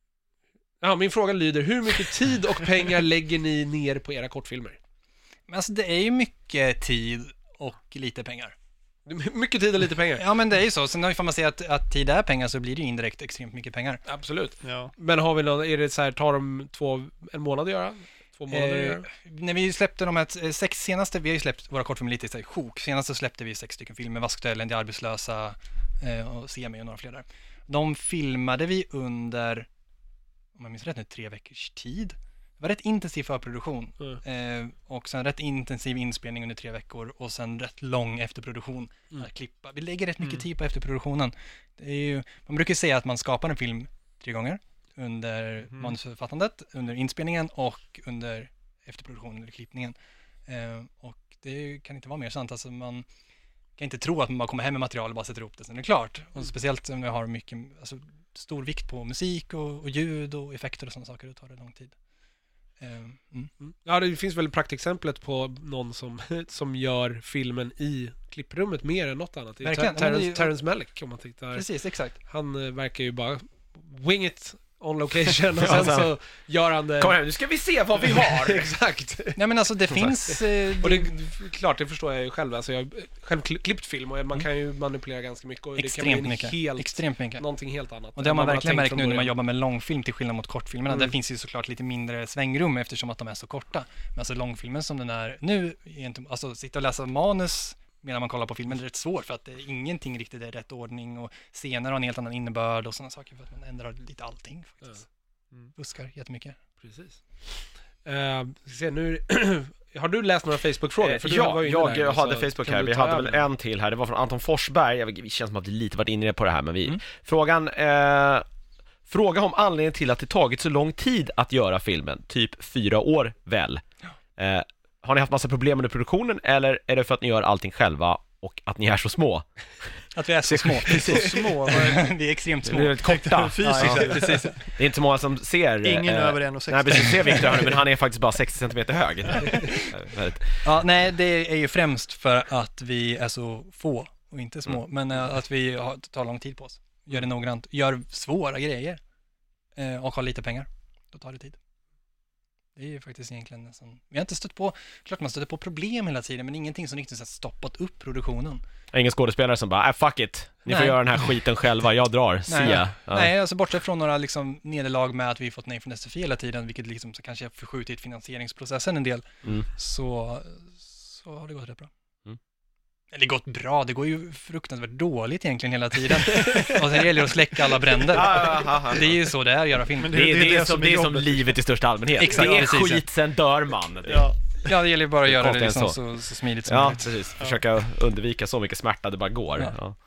ja, min fråga lyder, hur mycket tid och pengar lägger ni ner på era kortfilmer? Men alltså det är ju mycket tid och lite pengar. Mycket tid och lite pengar. Ja, men det är ju så. Sen ifall man säger att, att tid är pengar så blir det ju indirekt extremt mycket pengar. Absolut. Ja. Men har vi någon, är det så här, tar de två, en månad att göra? Två månader att Eh, göra? när vi släppte de här eh, sex senaste, vi har ju släppt våra kortfilmer lite i så här sjok. Senast så släppte vi sex stycken filmer, Vaskduellen, De arbetslösa eh, och Semi och några fler där. De filmade vi under, om jag minns rätt nu, tre veckors tid. Det var rätt intensiv förproduktion Mm. eh, och sen rätt intensiv inspelning under tre veckor och sen rätt lång efterproduktion Mm. att klippa. Vi lägger rätt mycket Mm. tid på efterproduktionen. Det är ju, man brukar säga att man skapar en film tre gånger under Mm. manusförfattandet, under inspelningen och under efterproduktionen eller klippningen. Eh, och det kan inte vara mer sant. Alltså man kan inte tro att man bara kommer hem med material och bara sätter ihop det sen är det klart. Och speciellt om vi har mycket, alltså, stor vikt på musik och, och ljud och effekter och sådana saker, då tar det lång tid. Eh, mm. Mm. Ja, det finns väl praktexemplet på någon som, som gör filmen i klipprummet mer än något annat. Det är Verkligen. Ter- Terrence, Ja, men det är- Terrence Malick om man tittar. Precis, exakt. Han eh, verkar ju bara wing it on location och Ja, sen så- så gör han det... Kom här, nu ska vi se vad vi har! Exakt. Nej men alltså det finns... Eh, Och det, klart, det förstår jag ju själv. Alltså jag har själv kli- klippt film och man kan ju manipulera ganska mycket och det kan extremt bli en mycket. helt, Extremt mycket. någonting helt annat. Och det har än man vad verkligen tänkt märkt från nu när man början. jobbar med långfilm till skillnad mot kortfilmerna. Mm. Där finns ju såklart lite mindre svängrum eftersom att de är så korta. Men alltså långfilmen som den är nu, är inte, alltså sitta och läsa manus medan man kollar på filmen är rätt svårt för att det är ingenting riktigt i rätt ordning och scener har en helt annan innebörd och sådana saker för att man ändrar lite allting faktiskt. Mm. Buskar jättemycket. Precis. Uh, ska se, nu har du läst några Facebook-frågor? Eh, För du ja, var ju inne jag där, hade så Facebook kan här. du Vi ta hade över väl den. en till här. Det var från Anton Forsberg. Jag, det känns som att vi lite varit inne på det här, men vi... Mm. Frågan... Eh, fråga om anledningen till att det tagit så lång tid att göra filmen. Typ fyra år, väl? Eh, har ni haft massa problem under produktionen, eller är det för att ni gör allting själva och att ni är så små? Att vi är så små. Så små, vad är vi är extremt Det små. blir lite korta. Fysiskt. Ja, Ja. Precis. det är inte så många som ser... Ingen eh, över en Nej, sextio. precis. Ser Victor här nu, men han är faktiskt bara sextio centimeter hög. Väldigt- Ja, nej, det är ju främst för att vi är så få och inte små, Mm. men eh, att vi har, tar lång tid på oss. Gör det noggrant, gör svåra grejer eh, och har lite pengar. Då tar det tid. Det är ju faktiskt egentligen nästan... Vi har inte stött på... Klart man stöter på problem hela tiden, men ingenting som riktigt så här stoppat upp produktionen. Ingen skådespelare som bara, äh, fuck it. Ni får Nej. göra den här skiten själva, jag drar. See Nej. ya. Ja. Nej, alltså bortsett från några liksom nederlag med att vi fått nej från S F I hela tiden, vilket liksom så kanske har förskjutit finansieringsprocessen en del, Mm. så, så har det gått rätt bra. Mm. Eller gått bra, det går ju fruktansvärt dåligt egentligen hela tiden. Och sen gäller det att släcka alla bränder. Ja, ja, ja. Det är ju så det är att göra film. Men Det, det, det, är, som, som det är är som jobbet. livet i största allmänhet. Exakt, det är precis, skit, sen dör man. Det, Ja. Ja, det gäller ju bara att göra det Konstigt liksom än så. Så, så smidigt som ja, möjligt. precis. Försöka undvika så mycket smärta det bara går. Ja. Ja.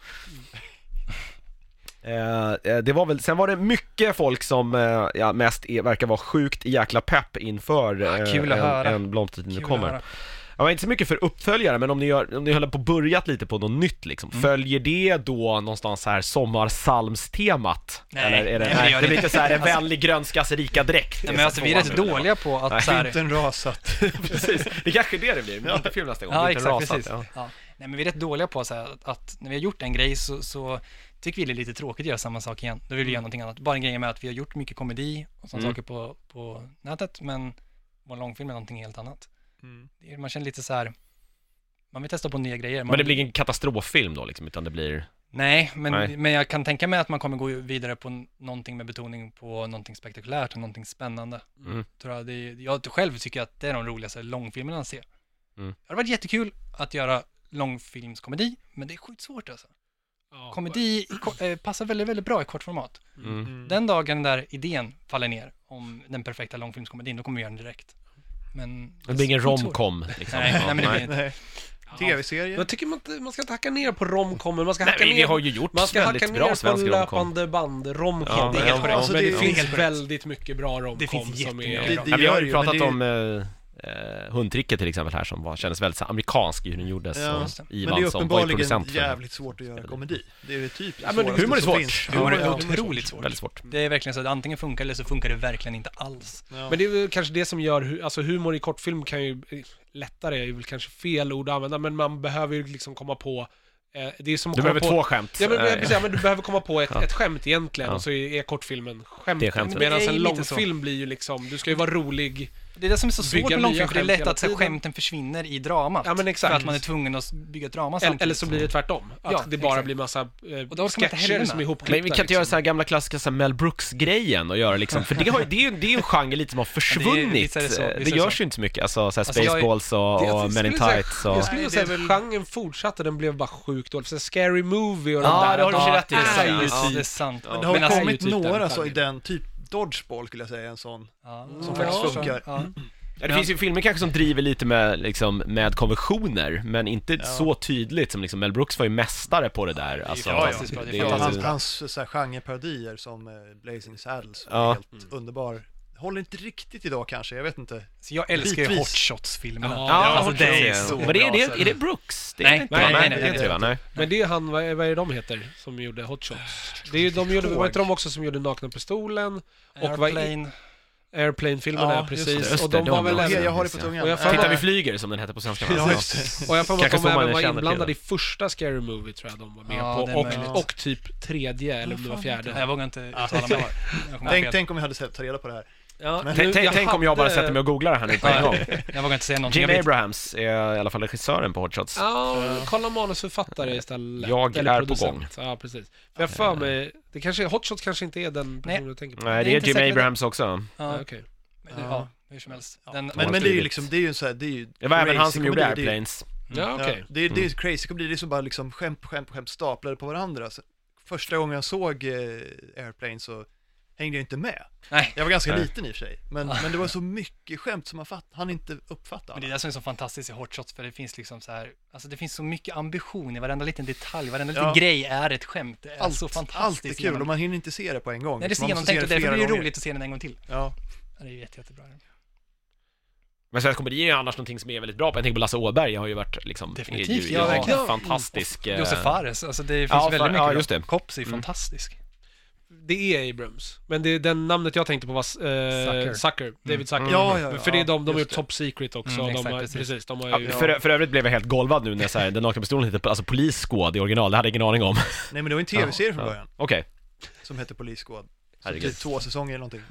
Eh, det var väl, sen var det mycket folk som eh, ja, mest är, verkar vara sjukt jäkla pepp inför Ah, eh, kul att en, höra. en blomstertid Kul att kommer. höra. Jag var inte så mycket för uppföljare, men om ni, gör, om ni håller på börjat lite på något nytt liksom, Mm. följer det då någonstans så här sommarsalmstemat? Nej, Eller är det, nej, nej, det gör det det blir inte. lite så här en vänlig grönskas rika dräkt? Nej, men alltså vi är rätt dåliga på att Nej, så här, Vintern rasat. Precis, det kanske är det det blir, men film nästa gång. Ja, Inte exakt, rasat, precis. ja. Ja. Nej, men vi är rätt dåliga på så här, att, att när vi har gjort en grej så, så tycker vi det är lite tråkigt att göra samma sak igen. Då vill vi göra någonting annat. Bara en grej med att vi har gjort mycket komedi och sådana Mm. saker på, på nätet, men vår långfilm är någonting helt annat. Mm. Det är- Man känner lite så här, man vill testa på nya grejer. Man, Men det blir ingen katastroffilm då liksom, utan det blir... Nej, men, Nej. men jag kan tänka mig att man kommer gå vidare på n- någonting med betoning på någonting spektakulärt och någonting spännande. Mm. Tror jag, det är, jag själv tycker att det är de roligaste långfilmerna att se. Mm. Det hade varit jättekul att göra långfilmskomedi, men det är sjukt svårt alltså. Ja, Komedi i ko- eh, passar väldigt, väldigt bra i kortformat. Mm. Mm. Den dagen där idén faller ner om den perfekta långfilmskomedin, då kommer vi göra den direkt. Men Det blir ingen är sjukt svårt. romcom liksom. Nej, Ja, nej, men det blir inte. Nej. Tv-serie? Jag tycker man, inte- man ska inte hacka ner på romcomen, man ska Nej, hacka men ner vi har ju gjort man ska hacka väldigt ner bra på svensk romcom. löpande band romcom. Ja, det är helt Ja, korrekt. alltså, men det det, är finns helt korrekt. väldigt mycket bra romcom Det finns som jättemycket är... Det- Ja, vi har gör ju ju, pratat men det är- om eh, eh, Hundtricket till exempel här som var, kändes väldigt så här amerikansk i hur den gjordes. Ja, och just det. Ivan Men det är som var ju uppenbarligen producent för den. jävligt svårt att göra komedi. Det är ju typ det Ja, men svåraste humor är som svårt. finns. Humor är Ja, otroligt svårt. Väldigt svårt. Det är verkligen så att antingen funkar eller så funkar det verkligen inte alls. Ja. Men det är väl kanske det som gör, hu- alltså humor i kortfilm kan ju, lättare är väl kanske fel ord att använda, men man behöver ju liksom komma på, eh, det är som att Du komma behöver på, två skämt. Ja, men, Eh, precis, ja, men du behöver komma på ett, Ja. ett skämt egentligen, Ja. och så är kortfilmen skämt. Det är skämtet. Medan Men det är en ju lite så. långfilm blir ju liksom, du ska ju vara rolig. Det är det som är så svårt Bygga med nya långfilm, för det är skämt lätt hela att så, här, tiden. skämten försvinner i dramat. Ja, men exakt. För att man är tvungen att bygga ett drama Eller, samtidigt. eller så blir det tvärtom. Att Ja, det bara exakt. blir massa eh, Och då orkar man inte heller sketcher med. som är ihopklippta. Men vi kan inte göra liksom. så här gamla klassiska så här Mel Brooks-grejen och göra liksom, för det, har, ju- det, är ju, det är ju en genre lite som har försvunnit. visst är det så, det visst är det görs så. ju inte så mycket, alltså, så här Alltså, jag är- Spaceballs och, Det- jag och Men skulle in säga- Tights och... Jag skulle Nej, säga det är att väl- genren fortsatte, den blev bara sjukt dålig. Så Scary Movie och Ja, de där. det har du de för rätt i. är ju ja, typ- det är sant. Men det har Men ju alltså, kommit det är ju typ några den så i genren. den, typ Dodgeball skulle jag säga, en sån. Ja. Som Ja, faktiskt så- funkar. Ja. Ja, det finns ju filmer kanske som driver lite med, liksom, med konventioner, men inte Ja. så tydligt som liksom Mel Brooks var ju mästare på det där. Alltså, fantastiskt bra, det är det Ja, hans, fantastiskt. hans så här, genreparodier som eh, Blazing Saddles var Ja. helt underbar. Håller inte riktigt idag kanske, jag vet inte. Så jag älskar ju Bitvis. Hot Shots-filmerna. Ja, Ja, alltså, Hot det Shots, är ja. så Men det är, bra, det, så. är det Brooks? Det är Nej, det inte, nej, va? nej, det nej, är inte det, va? Nej. Men det är han, vad är, vad är det de heter, som gjorde Hot Shots? Det är ju, de gjorde, var inte de också som gjorde Nakna Pistolen? Och vad- Airplane. Airplane-filmerna, Ja, precis. just det, just och det, de var de väl också. Jag, även... jag har det på tungan. Och jag Ja. får- Titta vi flyger som den heter på svenska. Ja, va? just det. Och jag får att Kanske de så man även var känner till inblandade det. i första Scary Movie, tror jag de var med Ja, på. det är Och, möjligt. och typ tredje, eller om det var fjärde. Jag vågar inte uttala mig. Jag kommer Tänk, fel. tänk om vi hade sett, ta reda på det här. Ja, Men- Tänk, tänk, tänk om jag bara hade- sätter mig och googlar det här nu på en gång. Jag vågar inte säga någonting. Jim Jag vet- Abrahams är i alla fall regissören på Hot Shots. Ja, kolla manusförfattare istället. Jag Eller är på producent. gång. Ja, precis. För jag för mig, det kanske, Hot Shots kanske inte är den personen Nej. jag tänker på. Nej, det är är inte Jim säkert. Abrahams också. Ja, Ja, okej. men det- Ja. ja, hur som helst. Den, Men, men det är ju skrivit. liksom, det är ju så här, det är ju Det var även han crazy som gjorde komedi, det är ju- Airplanes. Ja, okej. Ja, det, är- det är crazy komedi, det är som bara liksom skämt på skämt på skämt staplade på varandra. Så första gången jag såg eh, Airplane så hängde jag inte med. Nej, Jag var ganska Nej. liten i och för sig, men, men det var så mycket skämt som man fatt, han inte uppfattade. men det är det som är så fantastiskt i Hot Shots, för det finns liksom så här, alltså det finns så mycket ambition i varenda liten detalj, varenda liten Ja. grej är ett skämt. Det är allt, så allt fantastiskt. är kul genom- och man hinner inte se det på en gång. Nej, det är så man måste genomtänkt och se det därför flera blir det gånger. roligt att se den en gång till. Ja, Ja, det är jätte, jättebra. Men svensk komedi är ju annars någonting som är väldigt bra på. Jag tänker på Lasse Åberg, jag har ju varit liksom... Definitivt, är ju, ja, ja, verkligen. fantastisk... eh, Josef Fares, alltså det finns ja, väldigt fa- mycket ja, bra. just det. Kops är Mm. fantastisk. Det är Abrams. Men det, den namnet jag tänkte på var eh, Sucker. Sucker. David Sucker. Mm. ja, ja, ja. För det är de, de har just gjort Top Secret också. Mm, de exakt, har, precis. precis. De har Ja, ju, för, för övrigt blev jag helt golvad nu när så här, den nakna pistolen heter alltså Police Squad i original, det hade jag ingen aning om. Nej men det var en tv-serie från Ja. början, Okej. som hette Police Squad. Så Herregud. typ två säsonger eller någonting.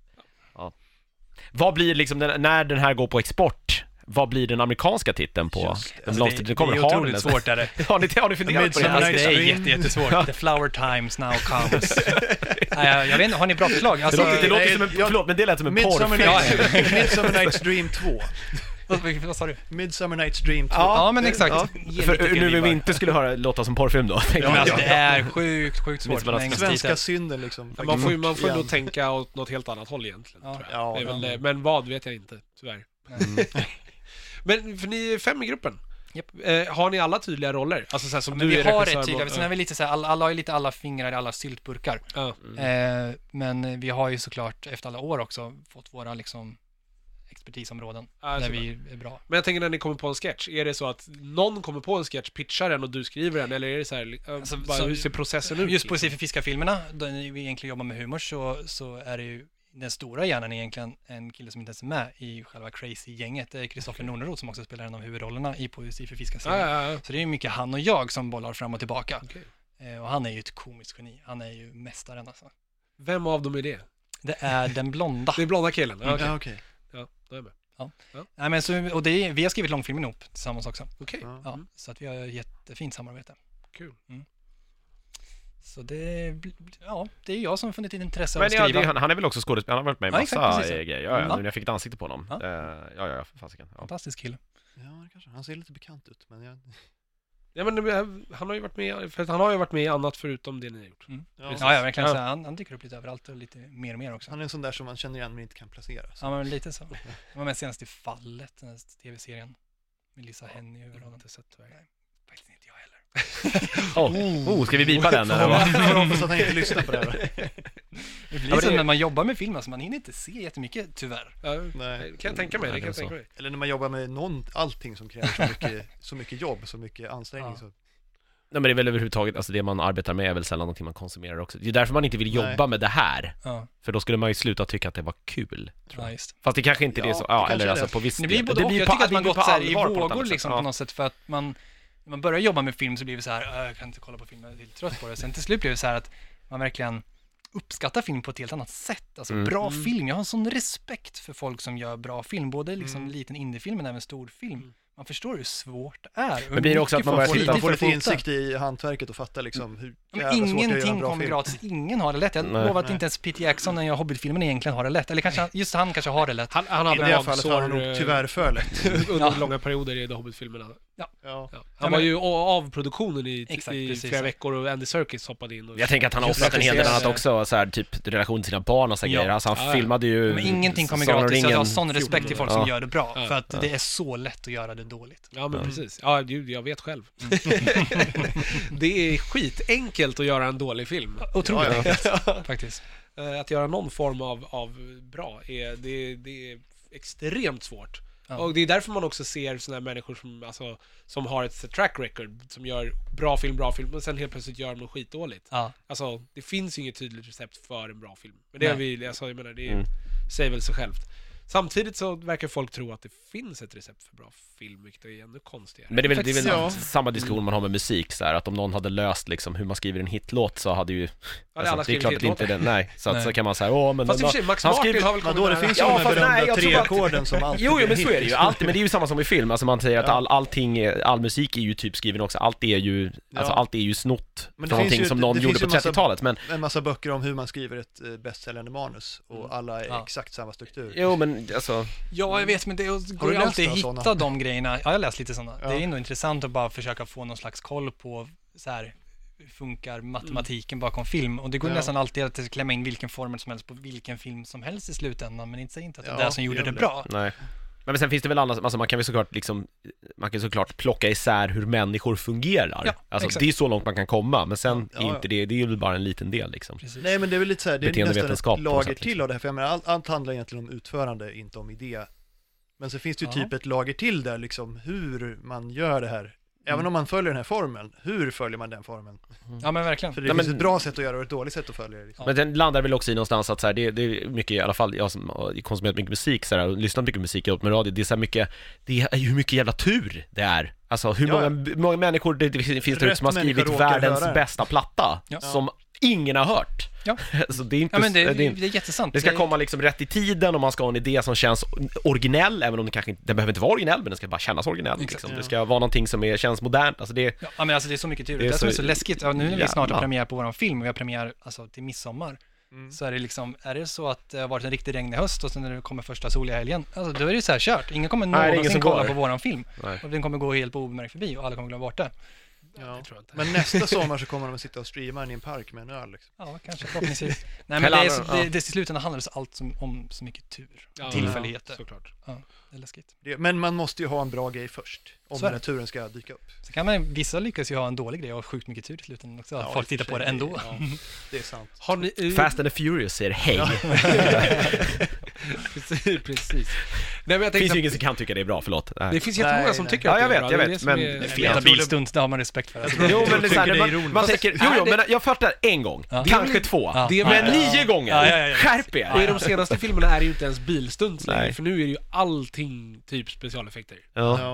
Vad blir liksom, den, när den här går på export, vad blir den amerikanska titeln på Just det. den Alltså, blomster? det, Det kommer det är ha den otroligt nästan. svårt är det. Har ni, har ni funderat på det? Midsummer Alltså, Night's det är Dream. jätte, jättesvårt. The flower times now comes. Nej, jag, jag vet inte, har ni bra förslag? det Alltså, låter, det låter nej, som en, jag- förlåt, men det lät som en Midsummer porrfilm. Night's, Midsummer Night's Dream två. vad, vad sa du? Midsummer Night's Dream två. Ja, men exakt. Ja. Ge För lite nu vill vi vibbar. inte skulle höra låta som porrfilm då. tänkte Men jag. alltså, det är sjukt, sjukt svårt Midsummer med Night's engelsk Svenska titel. synden liksom. man får ju man får ju då Igen. tänka åt något helt annat håll egentligen. Ja. Tror jag. Ja, det är väl, ja. det. Men vad vet jag inte, tyvärr. Men för ni är fem i gruppen. Japp. Eh, har ni alla tydliga roller? Alltså så här, som Men du vi är har regissör ett tydliga, mot- sen är vi lite så här, alla, alla har ju lite alla fingrar i alla syltburkar. Ja. Eh, men vi har ju såklart efter alla år också fått våra liksom expertisområden Ja, där såklart. vi är bra. Men jag tänker när ni kommer på en sketch, är det så att någon kommer på en sketch, pitchar den och du skriver den, eller är det så här, eh, Alltså, bara, så- hur ser processen ut? Just på liksom? Siffi Fiska-filmerna, då vi egentligen jobbar med humor, så, så är det ju den stora hjärnan är egentligen en kille som inte ens är med i själva Crazy-gänget. Det är Kristoffer Nornerot som också spelar en av huvudrollerna i på Siffi Fiska-serien. Ja, ja, ja. Så det är ju mycket han och jag som bollar fram och tillbaka. Okej. Eh, och han är ju ett komiskt geni. Han är ju mästaren alltså. Vem av dem är det? Det är den blonda. Det är blonda killen? Ja, okej. Ja, okej. Ja, då är jag med. Nej, men så, och det är, vi har skrivit långfilmen ihop tillsammans också. Okej, Ja. Ja, så att vi har ett jättefint samarbete. kul. Så det, bl- ja, det är jag som har funnit ett intresse av Men att ja, skriva. det, han, han är väl också skådespelare, han har varit med i Ja, massa exakt, precis, ja. eh, grejer. Ja, ja, Mm. nu när jag fick ett ansikte på honom. Ja. Ja, ja, ja, för fasiken. Ja. Fantastisk kille. Ja, det kanske. Han ser lite bekant ut, men jag... Ja, men det- han har ju varit med, för att han har ju varit med i annat förutom det ni har gjort. Mm. Ja, Ja, ja, verkligen. Ja. Så han, han dyker upp lite överallt och lite mer och mer också. Han är en sån där som man känner igen men inte kan placera. Så. Ja, men lite så. Han var med senast i Fallet, den här tv-serien. Med Lisa Henny i Jag har huvudrollen. inte sett tyvärr. Nej, faktiskt inte jag heller. Oh, oh, ska vi bipa den eller vad? Jag hoppas att han inte lyssnar på det här. Det blir men så det- när man jobbar med film, alltså man hinner inte se jättemycket, tyvärr. Ja, Nej. det kan jag tänka mig, det Nej, kan jag det är tänka så. mig. Eller när man jobbar med någon, allting som kräver så mycket, så mycket jobb, så mycket ansträngning. Ja. Så. Nej, men det är väl överhuvudtaget, alltså det man arbetar med är väl sällan någonting man konsumerar också. Det är därför man inte vill jobba Nej. med det här. Ja, För då skulle man ju sluta tycka att det var kul. ja just. Fast det kanske inte Ja, är så, det ja, kanske eller är alltså det. på viss Det blir del. både och. Jag på- tycker att det man blir gått på så här i allvar på något vågor annat sätt. liksom Ja. på något sätt, för att man, när man börjar jobba med film så blir det så här, "Äh, jag kan inte kolla på film, jag är lite trött på det." Sen till slut blir det så här att man verkligen uppskattar film på ett helt annat sätt. Alltså Mm. bra Mm. film, jag har en sån respekt för folk som gör bra film, både liksom Mm. liten indiefilm men även stor film. Mm. Man förstår hur svårt det är. Men blir det också att man börjar Får, titta- man får lite fota. insikt i hantverket och fatta liksom hur Ja, men jävla svårt det är att göra en ingenting bra kommer film. gratis, ingen har det lätt. Jag Nej. lovar att Nej. inte ens Peter Jackson när jag gör Hobbit-filmen egentligen har det lätt. Eller kanske, just han kanske har det lätt. Han, han I hade det här fallet har han magsår, nog eh, tyvärr för lätt. under Ja. långa perioder i The Hobbit-filmerna. Ja. Ja. Han men- var ju a- av produktionen i, Exakt, i precis. flera veckor och Andy Serkis hoppade in. Och Jag tänker att han har Just offrat en hel del regisserade- annat också, så här, typ relation till sina barn och så här Ja. grejer. Alltså han Ja, ja. filmade ju Men ingenting kommer Sagan om gratis, så jag har ringen. sån respekt till folk som Ja. gör det bra. Ja. För att Ja. det är så lätt att göra det dåligt. Ja, men Ja. precis. Ja, gud, jag vet själv. Det är skitenkelt att göra en dålig film. Otroligt Ja, ja. enkelt, faktiskt. Eh, Att göra någon form av, av bra, är, det, det är extremt svårt. Ja. Och det är därför man också ser såna här människor som, alltså, som har ett track record, som gör bra film, bra film, och sen helt plötsligt gör de något skitdåligt. Ja. Alltså, det finns ju inget tydligt recept för en bra film. Men det Nej. har vi, alltså, jag menar, det Mm. säger väl sig självt. Samtidigt så verkar folk tro att det finns ett recept för bra film, vilket är ännu konstigare. Men det är väl, det är väl Ja. samma diskussion man har med musik så här, att om någon hade löst liksom hur man skriver en hitlåt så hade ju alla alltså, det är skrivit klart att inte hitlåtar. det, nej, så, att, Nej. så kan man säga, åh men Fast i och för sig, Max han Martin skriver- har väl kommit Vadå, det nära. finns ju Ja, de här fast nej, berömda jag tror att- tre-ackorden som alltid Jo, jo blir men så är det hit, ju, liksom. alltid, men det är ju samma som i film, alltså man säger att Ja. all, allting, all musik är ju typ skriven också, allt är ju, alltså Ja. allt är ju snott Men det från någonting finns ju- som det- någon det gjorde finns ju på massa- trettiotalet, men En massa böcker om hur man skriver ett eh, bästsäljande manus och Mm. alla är Ja. exakt samma struktur. jo men alltså, Ja, jag vet, men det går du ju läst alltid att några hitta sådana? de grejerna. Ja, jag har läst lite sådana. Ja. Det är ändå intressant att bara försöka få någon slags koll på så här, hur funkar matematiken bakom film. Och det går Ja. nästan alltid att klämma in vilken formel som helst på vilken film som helst i slutändan, men inte säga inte att det är Ja, det som gjorde gör det det. bra. nej. Men sen finns det väl annat, alltså man kan väl såklart liksom, man kan såklart plocka isär hur människor fungerar. Ja, alltså exakt. det är så långt man kan komma, men sen Ja, är ja. inte det, det är väl bara en liten del liksom. Precis. Nej men det är väl lite så här, det är nästan Beteendevetenskap ett på något lager sätt, till liksom. av det här, för jag menar, allt, allt handlar egentligen om utförande, inte om idé. Men så finns det ju Ja. typ ett lager till där, liksom hur man gör det här. Även Mm. om man följer den här formeln, hur följer man den formeln? Ja, men verkligen. För det Nej, finns men- ett bra sätt att göra det och ett dåligt sätt att följa det. Liksom. Men den landar väl också i någonstans att så här, det, det är mycket, i alla fall jag som har konsumerat mycket musik så här, och lyssnat mycket musik och med radio, det är så här mycket, det är ju hur mycket jävla tur det är. Alltså hur Ja, många, hur många människor det, det finns där ute Rätt som har människa skrivit råkar världens höra det. bästa platta Ja. som ingen har hört. Ja. Så det är inte, Ja, men det, det, det, är, det är jättesant. det ska Det- komma liksom rätt i tiden och man ska ha en idé som känns originell, även om det kanske inte, den behöver inte vara originell, men den ska bara kännas originell Exakt, liksom. ja. Det ska vara någonting som är, känns modernt, alltså det, Ja, men alltså det är så mycket tur. Det Det är är som är så så läskigt. Ja, nu när vi snart har jävla- premiär på våran film och vi har premiär alltså, till midsommar, Mm. så är det liksom, är det så att det har varit en riktig regnig höst och sen när det kommer första soliga helgen, alltså då är det ju så här kört. Ingen kommer Nej, det är ingen någonsin som kolla går. på våran film. nej. Och den kommer gå helt på obemärkt förbi och alla kommer glömma bort det. Ja. Det tror jag inte. Men nästa sommar så kommer de att sitta och streama den i en park med en öl. Liksom. Ja, kanske förhoppningsvis. Nej, men Eller det är, så, alla- ja. det, det, till slutändan handlar det så allt som, om så mycket tur. Ja, Tillfälligheter. Såklart. Det är läskigt. Det, men man måste ju ha en bra grej först, om Så är den här turen ska dyka upp. Så kan man, vissa lyckas ju ha en dålig grej och ha sjukt mycket tur till slutändan också. Att Ja, folk i och för tittar på det sig. ändå. Ja, det är sant. Har ni... eh, Fast and the Furious säger hej. precis, precis. Nej, men jag Det finns tänkte, ju ingen som kan tycka det är bra, förlåt. Nej. Det finns jättemånga Nej, som nej. tycker Ja, att jag det är vet, bra. jag Det är vet, det som men- är- Det Feta jag trodde- bilstunt, det har man respekt för. Alltså. Jo men det är tycker så här, det är man, ironiskt. man Fast tänker, är jo jo det- men jag fattar en gång, Ja. kanske två, Ja. Det är men väl- nio gånger, Ja, ja, ja, ja. skärp er! Och i de senaste filmerna är det ju inte ens bilstunts längre, Nej. för nu är det ju allting typ specialeffekter. Ja. Ja.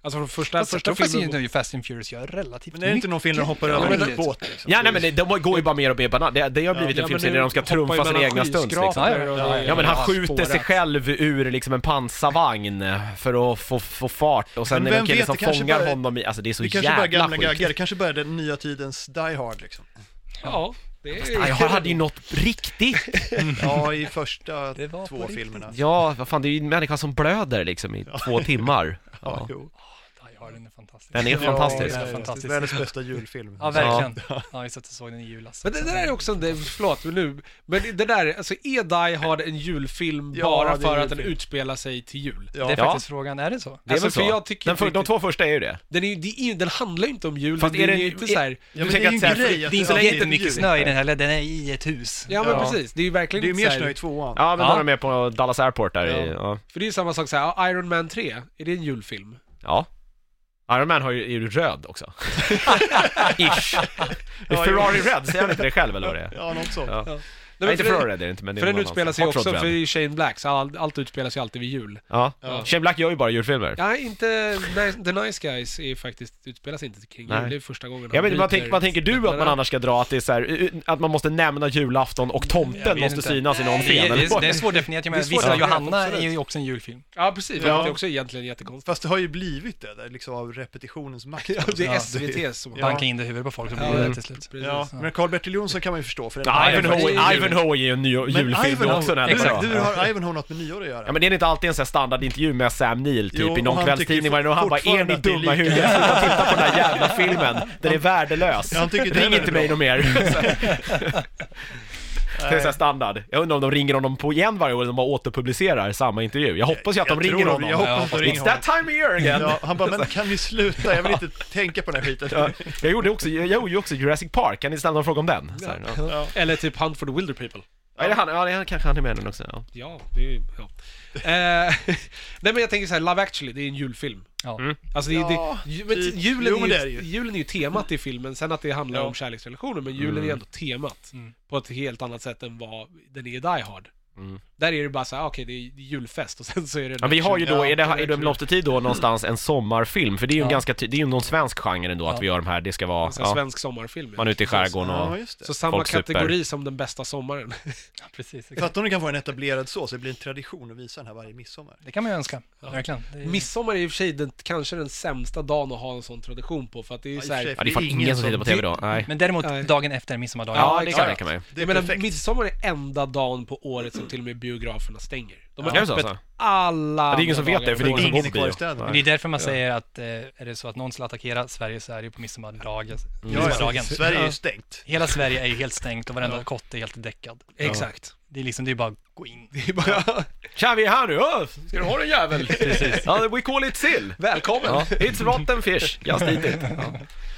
Alltså från första, Fast första jag tror faktiskt filmen. ju Fast and Furious gör relativt Men är det inte någon film där de hoppar Ja, över men en det- båt liksom? Ja, nej men det, de går ju bara mer och mer banan. Det, det har blivit Ja, en film men serie det där de ska hoppar ju trumfa sina mellan egna stunts liksom. skyskrapor och Ja, det är- Ja, men han ja, skjuter sig spårat. själv ur liksom en pansarvagn för att få, få fart och sen Men är det en vem kille vet, som det kanske fångar bara- honom i, alltså det är så Det kanske bara jävla gamla sjukt. gaggar, det kanske bara är den nya tidens Die Hard liksom. Ja, det är... Ja, jag hade ju något riktigt. Ja, i första Det var på två riktigt. filmerna. Ja, vad fan, det är ju en människa som blöder liksom i två timmar. Ja, Ja. jo. Die Hard, den är fantastisk. Den är Ja, fantastisk. den det är är fantastisk. Världens bästa julfilm. Ja, verkligen. Ja, vi satt och såg den i julas. Men det, det där är också en, det- förlåt men nu, men det där, alltså är Die Hard en julfilm Ja, bara det är för en att den julfilm. utspelar sig till jul? Ja. Det är Ja. faktiskt frågan, är det så? Det är Alltså, väl för så. jag tycker Den, för, inte de två första är ju det. Den, är, ju- det är, ju- den handlar ju inte om jul, Fast det är är, det- ju inte så här. Ja, Du men det tänker är ju att en så här, grej att Det är inte alltid jättemycket jul. snö i den heller, den är i ett hus. Ja men Ja. precis, det är ju verkligen Det är ju inte mer så snö här, i tvåan. Ja, men Ja. de är med på Dallas Airport där i, Ja. ja. för det är ju samma sak så här, ja, Iron Man tre, är det en julfilm? Ja. Iron Man har ju, är ju röd också. Ish. Det är Ja, Ferrari Red, säger han inte det själv eller vad det är? Ja, något sånt. Ja. Ja. Nej, men inte för Ferrari det, Red är det inte, men det är för den någon utspelar annan. sig Hot Rod också, Red. för det är ju Shane Black, så allt, allt utspelar sig alltid vid jul. Ja. Ja. Shane Black gör ju bara julfilmer. Ja, inte nice, The Nice Guys är faktiskt, utspelar sig inte kring Nej. jul, det är första gången Ja, han men vad, bryter- tänker, vad tänker du att man annars ska dra? Att det är så här, uh, att man måste nämna julafton och Jag tomten vet måste inte. synas i någon Det scen? är, det, eller är, vad? det är svårdefinierat, jag Det är menar, Vissa svårdefinierat, Johanna absolut. är ju också en julfilm. Ja precis, Ja. det är också egentligen jättekonstigt. Fast det har ju blivit det, där, liksom av repetitionens makt. Ja, det är Ja, S V T som Ja. Banka in det i huvudet på folk så blir Ja, det till slut. precis. Ja, men Carl-Bertil Jonsson kan man ju förstå. För den Ja, är Ivanhoe, faktiskt- Ivanhoe är ju en ny julfilm Ivanhoe- också. Den hur, är bra. hur har Ivanhoe något med nyår att göra? Ja, men det är inte alltid en sån här standardintervju med Sam Neill typ Jo, i och någon han kvällstidning tycker varje dag. Han bara, är fortfarande ni att det är dumma i lika- huvudet? Sluta titta på den här jävla filmen. Den är värdelös. Ja, han tycker den Ring är inte bra. mig något mer. Det är så här standard. Jag undrar om de ringer honom på igen varje år och de bara återpublicerar samma intervju. Jag hoppas ju att de Jag ringer tror- honom. Jag hoppas att de ringer It's honom. that time of year again. Ja, han bara, men kan vi sluta? Jag vill inte tänka på den här skiten. Ja, jag gjorde också, jag gjorde ju också Jurassic Park. Kan ni ställa någon fråga om den? Så här, ja. Ja. Eller typ Hunt for the Wilder People. Ja, är det han, ja, det är, kanske han är med i den också. Ja. Ja, det är ja. eh, Nej men jag tänker så här, Love Actually, det är en julfilm. Ja. Mm. Alltså det, är- Ja, det, ju- men typ. julen, Jo, men är det är det ju, ju. julen är ju temat i filmen, sen att det handlar Ja. om kärleksrelationer, men julen Mm. är ändå temat Mm. på ett helt annat sätt än vad den är i Die Hard. Mm. Där är det bara så här, okej det är julfest och sen så är det... Ja, vi har ju då, Ja, är det, är det action. Blomstertid då någonstans en sommarfilm? För det är ju en Ja. ganska, ty- det är ju någon svensk genre ändå att Ja. vi gör de här, det ska vara, En sån här ja, svensk sommarfilm. man är ute i skärgården och... Ja, just det. Så samma Folk super. kategori som den bästa sommaren. Ja, precis. Fattar om du kan få en etablerad så, så det blir en tradition att visa den här varje midsommar. Det kan man ju önska, Ja. verkligen. Det är... Midsommar är i och för sig den, kanske den sämsta dagen att ha en sån tradition på, för att det är ju Ja, i och så här, för sig. Ja, det är fan ingen som tittar på tv då, nej. Men däremot Nej. dagen efter midsommardagen. Ja, det exakt. kan jag tänka mig. Det är jag menar, perfekt. midsommar är enda dagen på året som till och med biograferna stänger. De har Är det så, öppet alltså? alla Ja, det är ingen som andra vet det, för det är dagar. ingen som Ingen går är på kvar i bio. städerna. Men det är därför man säger att eh, är det så att någon skulle attackera Sverige så är det ju på midsommardagen. Ja, midsommardagen. ja, Sverige är ju Ja. stängt. Hela Sverige är ju helt stängt och varenda Ja. kotte är helt däckad. Exakt. Det är liksom, det är bara att gå in. Det är bara, Tja, vi är här nu! Öh, ska du ha den jävel? Precis. Ja, we call it sill! välkommen! Ja, it's rotten fish, just eat it. Ja.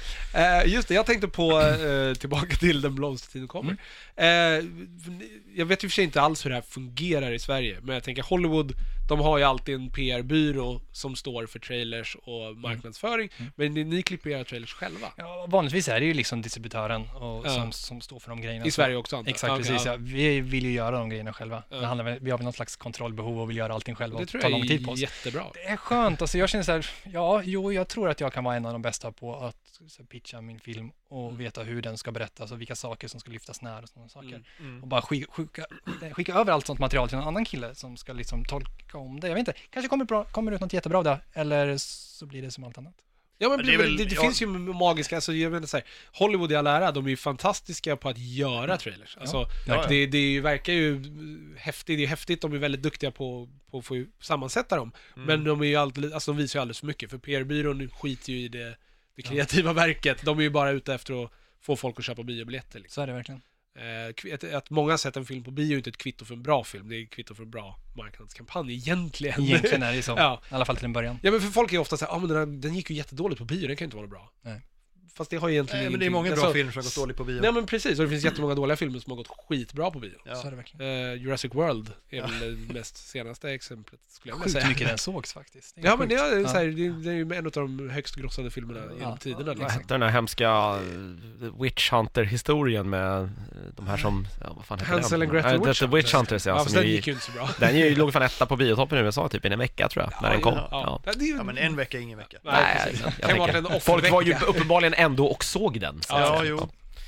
Eh, just det, jag tänkte på, eh, tillbaka till Den blomstertiden kommer. Eh, jag vet ju för sig inte alls hur det här fungerar i Sverige, men jag tänker Hollywood, de har ju alltid en P R-byrå som står för trailers och marknadsföring, men ni, ni klipper era trailers själva. Ja, vanligtvis är det ju liksom distributören och, Ja. som, som står för de grejerna. I Sverige också, antar jag. Exakt, Okej, precis. ja. Ja. Vi vill ju göra de grejerna själva. Ja. Det handlar, väl- vi har väl något slags kontrollbehov och vill göra allting själva Det och tror ta jag lång tid på är oss. jättebra. Det är skönt, alltså jag känner så här, ja, jo, jag tror att jag kan vara en av de bästa på att så, pitcha min film och veta hur den ska berättas och vilka saker som ska lyftas när och sådana saker. Mm. Mm. Och bara skicka, skicka, skicka över allt sånt material till en annan kille som ska liksom tolka om det. Jag vet inte, kanske kommer, bra, kommer ut något jättebra av det, eller så blir det som allt annat. Ja men Men det, det är det, väl- det, det ja. finns ju magiska, alltså jag menar så här, Hollywood i all ära, de är ju fantastiska på att göra trailers. Alltså, Ja, det, det är ju- verkar ju häftigt, det är häftigt, de är väldigt duktiga på, på att få sammansätta dem. Mm. Men de är ju alltid, alltså de visar ju alldeles för mycket, för P R-byrån skiter ju i det, det kreativa verket. De är ju bara ute efter att få folk att köpa biobiljetter liksom. Så är det verkligen. Eh, kv- att, att många har sett en film på bio är ju inte ett kvitto för en bra film, det är ett kvitto för en bra marknadskampanj egentligen. Egentligen är det ju så, Ja. i alla fall till en början. Ja men för folk är ofta såhär, ja ah, men den, här, den gick ju jättedåligt på bio, den kan ju inte vara bra. Nej. fast det har ju egentligen Nej, men det är många bra alltså, filmer som har gått dåligt på bio. Nej men precis, och det finns jättemånga dåliga filmer som har gått skitbra på bio. Ja. Så är det verkligen. Uh, Jurassic World är väl det mest senaste exemplet skulle jag vilja säga. Sjukt mycket den sågs faktiskt. Det är Ja men det sjukt. är, så här, det, är, det är ju en av de högst grossade filmerna genom Ja. tiderna Vad liksom. hette den här hemska eh, Witch Hunter-historien med eh, de här som, ja, vad fan heter Hansel den? and Gretel Eh, Witch The Witch Hunters, ja. Ja, fast som den ju, gick ju inte så bra. den ju låg fan etta på biotoppen i U S A typ i en vecka tror jag, när den kom. Ja, Ja. ja. Det är ju- Ja, men en vecka är ingen vecka. Nej, Nej, precis. jag, Kan jag ju vara tänker, en folk var ju off-vecka. uppenbarligen ändå och såg den. Så att Ja, säga. jo.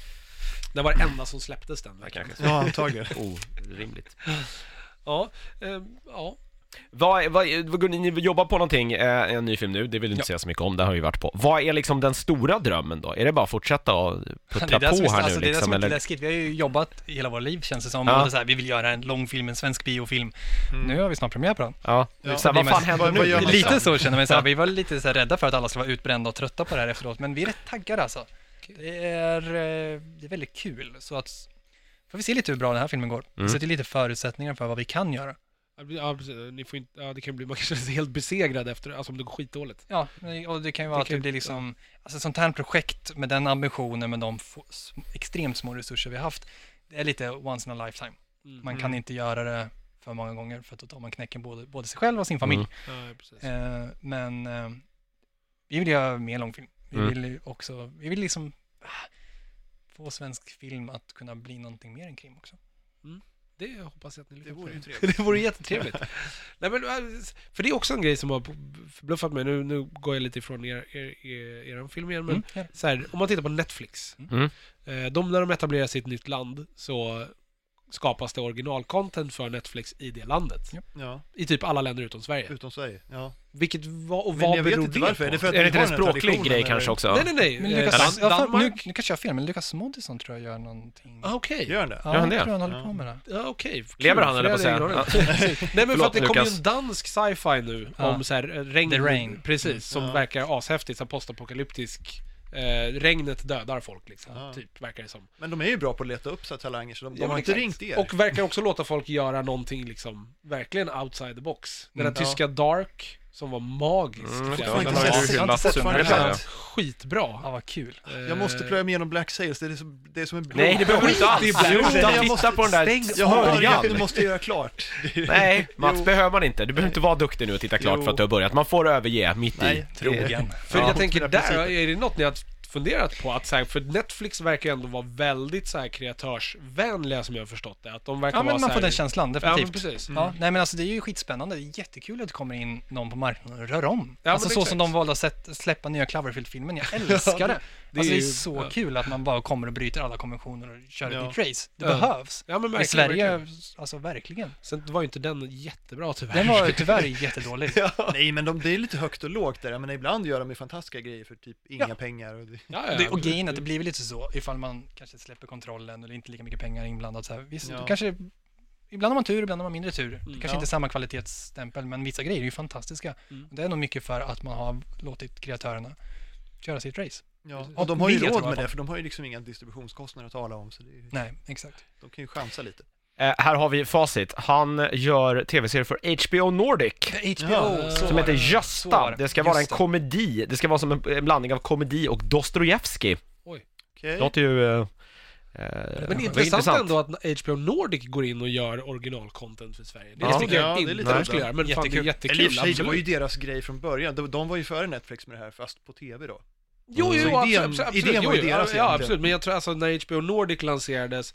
Det var det enda som släpptes den Ja, veckan. kanske. Ja, antagligen. Orimligt. Ja, eh, ja. Vad, vad, vad, ni jobbar på någonting, eh, en ny film nu, det vill du inte Ja. säga så mycket om, det har vi varit på. Vad är liksom den stora drömmen då? Är det bara att fortsätta och puttra Det är det på som är, här alltså, nu det är det liksom? som är Eller? läskigt. Vi har ju jobbat hela vår liv känns det som. Ja. Både så här, vi vill göra en långfilm, en svensk biofilm. Mm. Nu har vi snart premiär på den. Ja, Ja. så här, vad fan Vad- händer vad- nu? vad gör man Lite sen? så känner man så här, vi var lite så här rädda för att alla ska vara utbrända och trötta på det här efteråt, men vi är rätt taggade alltså. Det är, eh, det är väldigt kul, så att får vi se lite hur bra den här filmen går. Mm. Vi sätter lite förutsättningar för vad vi kan göra. Ja, precis. Ni får inte, ja, det kan bli, man kanske är helt besegrad efter, alltså om det går skitdåligt. Ja, och det kan ju vara Det att kan- det blir liksom, alltså ett sånt här projekt med den ambitionen, med de få, s- extremt små resurser vi har haft, det är lite once in a lifetime. Mm. Man kan Mm. inte göra det för många gånger, för att då tar man knäcken både, både sig själv och sin familj. Mm. Ja, precis. Eh, men eh, vi vill göra mer långfilm. Vi Mm. vill ju också, vi vill liksom ah, få svensk film att kunna bli någonting mer än krim också. Det hoppas jag att ni Det lyckas vore ju med. trevligt. Det vore jättetrevligt. Nej, men, äh, för det är också en grej som har förbluffat mig. Nu, nu går jag lite ifrån er, er, er, er film igen, men Mm. Ja. så här, om man tittar på Netflix. Mm. Eh, de, när de etablerar sig i ett nytt land så skapas det originalcontent för Netflix i det landet. Ja. Ja, I typ alla länder utom Sverige. utom Sverige. Ja. Vilket, vad, och Men vad jag vet beror inte det varför. på? Är det för att Är det vi inte har en den här språklig traditionen, grej eller? kanske också? Nej, nej, nej. Men Eh, Lukas, Dan- ja, fan, nu, Danmark... nu kanske jag har fel, men Lukas Moodysson tror jag gör någonting. Ah, okej. Gör den det? Ja, Gör han det? jag tror han håller Ja. på med det. Ja, okej. Lever Kul, han för eller på det säga? hade jag ingen aning. Nej, men för Förlåt, att det kommer ju Lukas. en dansk sci-fi nu Ja. om så här eh, regn, The Rain. precis, som Ja. verkar ashäftigt, som postapokalyptisk. Eh, regnet dödar folk liksom, Ja. typ, verkar det som. Men de är ju bra på att leta upp så här talanger, så de, de Ja, har men inte exakt. ringt er. Och verkar också låta folk göra någonting liksom, verkligen outside the box. Den Mm. där tyska Dark, som var magisk. Mm, tycker ja, jag. den Den har var du så- hyllat fortfarande supermycket. helt skitbra. Ja, vad kul. Jag måste Eh, plöja mig igenom Black Sails, det är som, det är som en blå... Nej, det behöver du inte alls. Det är Black Sluta Sails. titta på den där Stäng Jag hör att smörjan. du måste göra klart. Nej, Mats, Jo. behöver man inte. Du behöver inte vara duktig nu och titta klart Jo. för att du har börjat. Man får överge mitt Nej, i. Trogen. För Ja, jag tänker mina där, principer. är det något ni har funderat på? Att, så här, för Netflix verkar ju ändå vara väldigt så här, kreatörsvänliga som jag har förstått det. Att de verkar Ja, men vara man så får här, den känslan, Ja, men definitivt. precis. Ja, nej men alltså det är ju skitspännande. Det är jättekul att det kommer in någon på marknaden och rör om. Ja, alltså men så exakt. som de valde att sätt, släppa nya Cloverfield-filmen. Jag älskar det. det är alltså det är ju- så ja. kul att man bara kommer och bryter alla konventioner och kör Ja. ett big race. Det Ja. behövs. Ja, men I verkligen, Sverige, verkligen. alltså verkligen. Sen var ju inte den jättebra tyvärr. Den var tyvärr jättedålig. Nej, men de, det är lite högt och lågt där, men ibland gör de ju fantastiska grejer för typ inga Ja. pengar. Och det, Ja, ja, Det, och absolut. grejen är att det blir väl lite så, ifall man kanske släpper kontrollen eller inte lika mycket pengar inblandat. Så här. Visst, Ja. då kanske, ibland har man tur, ibland har man mindre tur. Det kanske ja. inte är samma kvalitetsstämpel, men vissa grejer är ju fantastiska. Mm. Det är nog mycket för att man har låtit kreatörerna köra sitt race. ja. Precis. Och de har ju Vill jag råd tro i alla med fall. det, för de har ju liksom inga distributionskostnader att tala om, så det är, ju- Nej, exakt. de kan ju chansa lite. Eh, här har vi facit. Han gör tv-serier för H B O Nordic. H B O, Ja, så Som var heter det. Så Gösta. var Det ska vara en Just det. komedi. Det ska vara som en, en blandning av komedi och Dostojevskij. Okej. Det låter ju... Eh, eh, Men vad intressant, ändå att H B O Nordic går in och gör originalcontent för Sverige. Det Ja. tycker jag Ja, det är inte lite de skulle göra, men fan, det är Jättekul. jättekul. Eller i och för sig, det var ju absolut. deras grej från början. De, de var ju före Netflix med det här, fast på tv då. Jo, jo, Så absolut, idén- absolut, absolut. idén var ju Jo, jo, deras ja, egentligen. absolut. Men jag tror alltså när H B O Nordic lanserades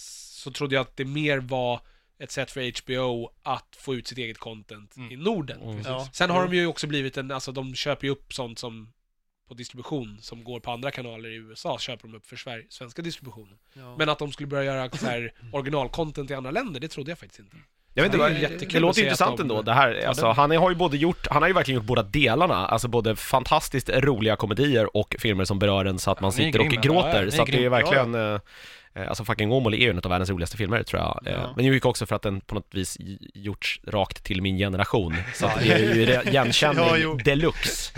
så trodde jag att det mer var ett sätt för H B O att få ut sitt eget content Mm. i Norden. Mm. Ja. Sen har de ju också blivit en, alltså de köper ju upp sånt som på distribution som går på andra kanaler i U S A, köper de upp för Sverige, svenska distributionen. Ja. Men att de skulle börja göra så här originalcontent i andra länder, det trodde jag faktiskt inte. Jag vet inte, Det är vad- jättekul det att låter se intressant att de- ändå. Det här, alltså, den. han har ju både gjort, han har ju verkligen gjort båda delarna. Alltså både fantastiskt roliga komedier och filmer som berör en så att man Ja, ni är sitter och grymma. gråter. Ja, ja, ni så är att det är grymma. verkligen... eh, eh, Alltså fucking Åmål är ju en av världens roligaste filmer tror jag. Eh, Ja. Men ju också för att den på något vis gjorts rakt till min generation. Så att det är ju re- igenkänning Ja, jo. deluxe.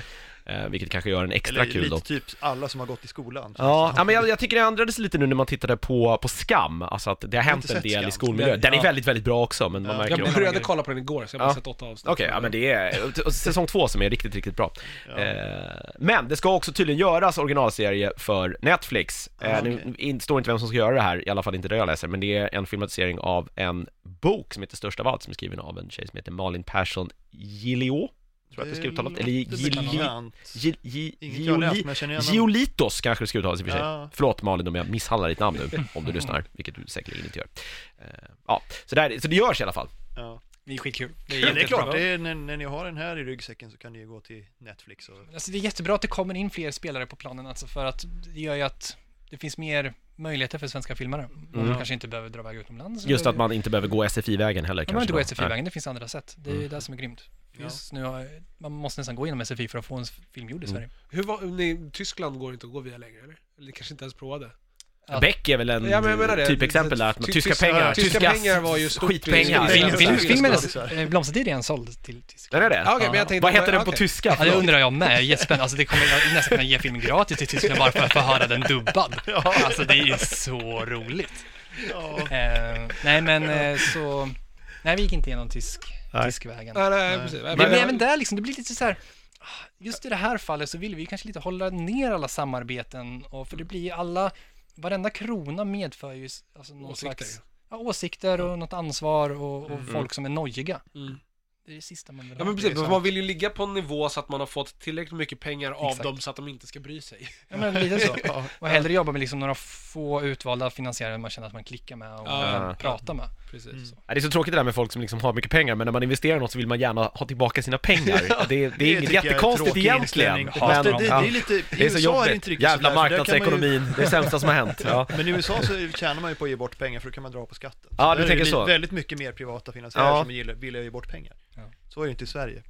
Eh, vilket kanske gör en extra Eller kul lite då. typ alla som har gått i skolan. Ja, ja men jag, jag tycker det ändrades lite nu när man tittade på, på Skam. Alltså att det har hänt inte en sett del Skam. i skolmiljö. Den är Ja. väldigt, väldigt bra också, men man Ja. märker Jag också. började kolla på den igår, så jag har bara Ja. sett åtta avsnitt. Okej, ja men det är säsong två som är riktigt, riktigt bra. Ja. Eh, men det ska också tydligen göras originalserie för Netflix. Eh, Ah, Nu okej. in, står inte vem som ska göra det här, i alla fall inte det jag läser, men det är en filmatisering av en bok som heter Störst av allt, som är skriven av en tjej som heter Malin Persson Gillio, tror jag att det ska uttalas, eller låter Gilli- bekant. Gi- Gi- Inget jag har läst, Gioli- men jag känner igen namn. Giolitos kanske det ska uttalas i och för sig. Ja. Förlåt Malin om jag misshandlar ditt namn nu, om du lyssnar, vilket du säkerligen inte gör. Eh, ja, så, där, så det görs i alla fall. Ja. Det är skitkul. Det Ja, det är jättebra. klart, det är, när, när ni har den här i ryggsäcken så kan ni gå till Netflix och... Alltså det är jättebra att det kommer in fler spelare på planen, alltså för att det gör ju att det finns mer möjligheter för svenska filmare. Man Mm. kanske inte behöver dra iväg utomlands. Just eller- att man inte behöver gå S F I-vägen heller Man kanske. behöver inte gå då. S F I-vägen, det finns andra sätt. Det är Mm. det som är grymt. Ja. Just nu har, man måste nästan gå igenom S F I för att få en film gjord i Mm. Sverige. Hur var, ni, Tyskland går inte att gå via längre, eller? Eller kanske inte ens provade? Ja. Beck är väl en Ja, men jag menar det. typexempel där, att Ty- tyska tyska- pengar, tyska pengar var ju stort i- skitpengar. i- Film, Ja, film, ja, filmen ja. är, Blomstertid är en såld till Tyskland. Den är det? Ja, okej, men jag Ja. tänkte... Vad heter den på okej. tyska? Ja, det Förlåt. undrar jag med. Jättespännande. Alltså det kommer jag nästan kunna ge filmen gratis till Tyskland bara för att få höra den dubbad. Alltså det är ju så roligt. Ja. Eh, nej men eh, så... Nej, vi gick inte igenom tysk, Nej. tyskvägen. Nej, nej, Nej. precis. Men, men även där liksom, det blir lite så här. Just i det här fallet så vill vi kanske lite hålla ner alla samarbeten, och för det blir alla, varenda krona medför ju alltså någon Åsikter. slags ja, åsikter och något ansvar och, och Mm. folk som är nojiga. Mm. Det är det sista man vill Ja ha. men precis, det är sant. man vill ju ligga på en nivå så att man har fått tillräckligt mycket pengar av Exakt. dem så att de inte ska bry sig. Ja, men lite så. Ja. Och hellre jobba med liksom några få utvalda finansiärer man känner att man klickar med och Ja. kan prata med. Precis. Mm. Så. Ja, det är så tråkigt det där med folk som liksom har mycket pengar, men när man investerar i något så vill man gärna ha tillbaka sina pengar. Det, det är Det inget tycker jag är jättekonstigt tråkig egentligen. inställning. Men, Fast det, det, ja, det är lite, i det är så U S A är det jobbigt. inte riktigt Jävla sådär, för där kan man ju- marknadsekonomin, det är det sämsta som har hänt. Ja. Men i U S A så tjänar man ju på att ge bort pengar, för då kan man dra på skatten. Ja, där du är tänker det så. väldigt mycket mer privata finansiärer Ja. som gillar, vill ge bort pengar. Ja. Så är det inte i Sverige.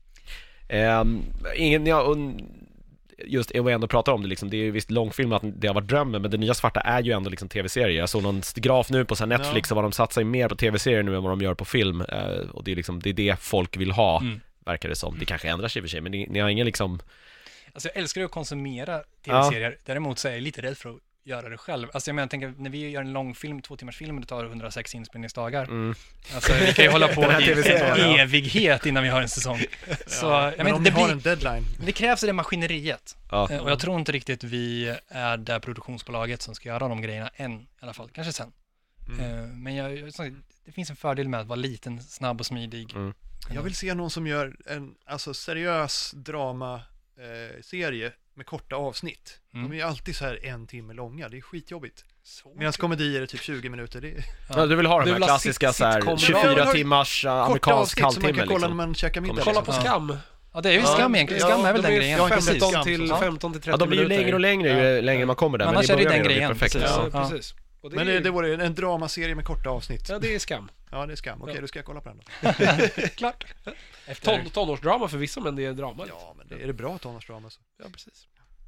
Ehm, ingen, ja, och just jag ändå pratar om det liksom, det är ju visst långfilm att det har varit drömmen, men det nya svarta är ju ändå liksom tv-serier. Jag såg någon graf nu på så här Netflix Ja. och vad de satsar mer på tv-serier nu än vad de gör på film, eh, och det är liksom, det är det folk vill ha, Mm. verkar det som. Det kanske ändrar sig i och för sig, men ni, ni har ingen liksom. Alltså jag älskar ju att konsumera tv-serier. Däremot så är jag lite rädd för att göra det själv. Alltså jag menar, jag tänker, när vi gör en lång film, två timmars film, och det tar hundrasex inspelningsdagar. Mm. Alltså vi kan ju hålla på Den här i tv-serien, en ja. evighet innan vi har en säsong. Så Ja, jag men vet om inte, ni det, har blir, en deadline. det krävs det maskineriet. Ja. Eh, Och jag tror inte riktigt vi är det produktionsbolaget som ska göra de grejerna än, i alla fall. Kanske sen. Mm. Eh, Men jag, jag, det finns en fördel med att vara liten, snabb och smidig. Mm. Jag vill se någon som gör en alltså, seriös drama-serie eh, serie med korta avsnitt. Mm. De är ju alltid så här en timme långa, det är skitjobbigt. Så Medan komedier är typ tjugo minuter, det är Ja, du vill ha de Du här vill ha klassiska sit- så här sitcom. Ja, men tjugofyra har- timmars uh, korta amerikansk avsnitt som man halvtimme kan kolla liksom. när man käkar middag. Kolla på liksom. Skam. Ja, det är ju Ja, skam egentligen. Skam är väl den de grejen. Ja, Precis. femton femton till, Ja. femton till trettio Ja, de blir ju minuter. längre och längre ju Ja. längre man kommer där. Men Men, annars i är det början den är det grejen, perfekt. precis. Ja, Ja. Ja. precis. Och det, Men är, det, det vore en dramaserie med korta avsnitt. ja, det är Skam. Ja, det är Skam. Okej, Ja. då ska jag kolla på den då. Klart. Efter. Ton, tonårsdrama för vissa, men det är drama. Ja, men det är det bra tonårsdrama så. Ja, precis.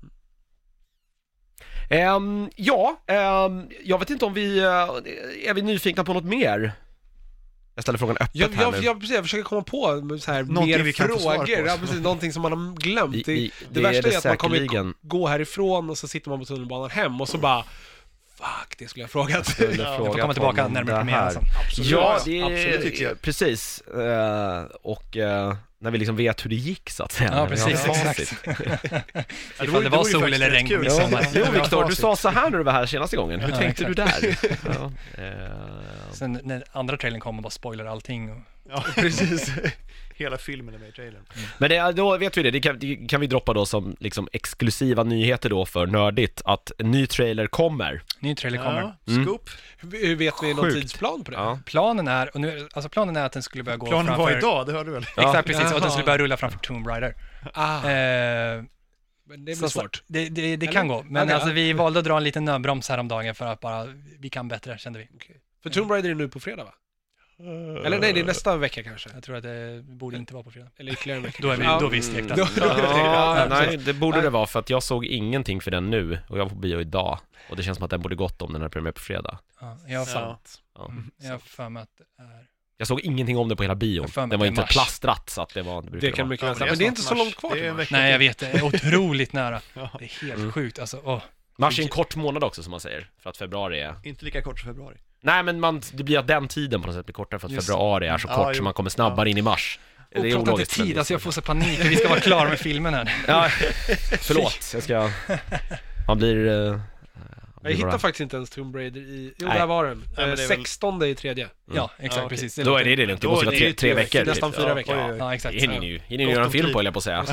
Ehm, ja, ehm, jag vet inte om vi, eh, är vi nyfikna på något mer? Jag ställer frågan öppet Jag, här jag, nu. jag, precis, jag försöker komma på så här, Någonting mer vi kan få svar på. frågor. Ja, precis, någonting som man har glömt. I- Det, i- det, värsta är, att man kommer säkerligen. gå härifrån och så sitter man på tunnelbanan hem och så bara fuck, det skulle jag ha frågat. Skulle Ja, fråga Får komma på tillbaka om närmare det premiären här. sen. Absolut. Ja, det är, absolut, tycker jag. precis. Eh, och eh, när vi liksom vet hur det gick så att säga. Ja, När vi har precis, facit. Ifall vore- det det var vore ju sol faktiskt eller rätt regn på kul. Jo, midsommar. jo Det var Viktor, du facit. sa så här när du var här senaste gången. Hur Ja, tänkte exakt. du där? Ja, eh, Sen när andra trailern kom och bara spoilar allting. Och... Ja, precis. Hela filmen är med i trailern. Men det, då vet vi det, det kan, det kan vi droppa då som liksom exklusiva nyheter då för nördigt, att en ny trailer kommer. Ny trailer kommer. Ja, Mm. scoop. Hur hur vet vi någon Sjukt. tidsplan på det? Ja. Planen är, och nu, alltså planen är att den skulle börja gå Planen framför... var idag, det hörde du väl? Ja. Exakt, precis. Och att den Jaha. skulle börja rulla framför Tomb Raider. Ah, Eh, men det blir så- svårt. Det, det, det Eller? kan gå, men Ja, det- alltså, vi ja. valde att dra en liten nödbroms häromdagen för att bara, vi kan bättre, kände vi. För Tomb Raider är nu på fredag, va? Eller nej, det är nästa vecka kanske. Jag tror att det borde inte vara på fredag. Eller ytterligare en vecka. Då är vi, Ja. då är vi stekta. Då- Ja, nej, precis. det borde Nej. det vara, för att jag såg ingenting för den nu och jag var på bio idag. Och det känns som att den borde gått om den här premiär på fredag. Ja, jag har för, Ja. Ja. mm, jag har för mig att det är Jag såg ingenting om det på hela bion. för mig Det var i inte mars. plastrat så att det var... Det, brukar Det kan vara. mycket Ja, väl men säga. det är Men det är snart inte så mars. långt kvar. Det är en tror jag. vecka Nej, jag till. vet, det är otroligt nära. Ja. Det är helt Mm. sjukt, alltså. Åh. Mars är en kort månad också som man säger. För att februari är... Inte lika kort som februari. Nej men man, det blir att den tiden på något sätt blir kortare för att Just februari är så Ja, kort jo. så man kommer snabbare in i mars. Och prata inte ologiskt, men tid, det är alltså jag så. får så panik för vi ska vara klara med filmen här. Ja, förlåt. Jag ska... Man blir... Uh, Jag hittar faktiskt inte ens Tomb Raider i... Jo, Nej. där var den. men det är Eh, väl- sextonde i tredje. Ja, exakt, Ja, okej. precis. Då är det det lugnt, det Då måste är vara det tre, ju tre tre veckor. veckor, nästan typ. fyra Ja, veckor. oj, oj, oj. Ja, exakt. Det hinner ni ju. Hinner ni Gott göra en om film tid. på, höll jag på att säga.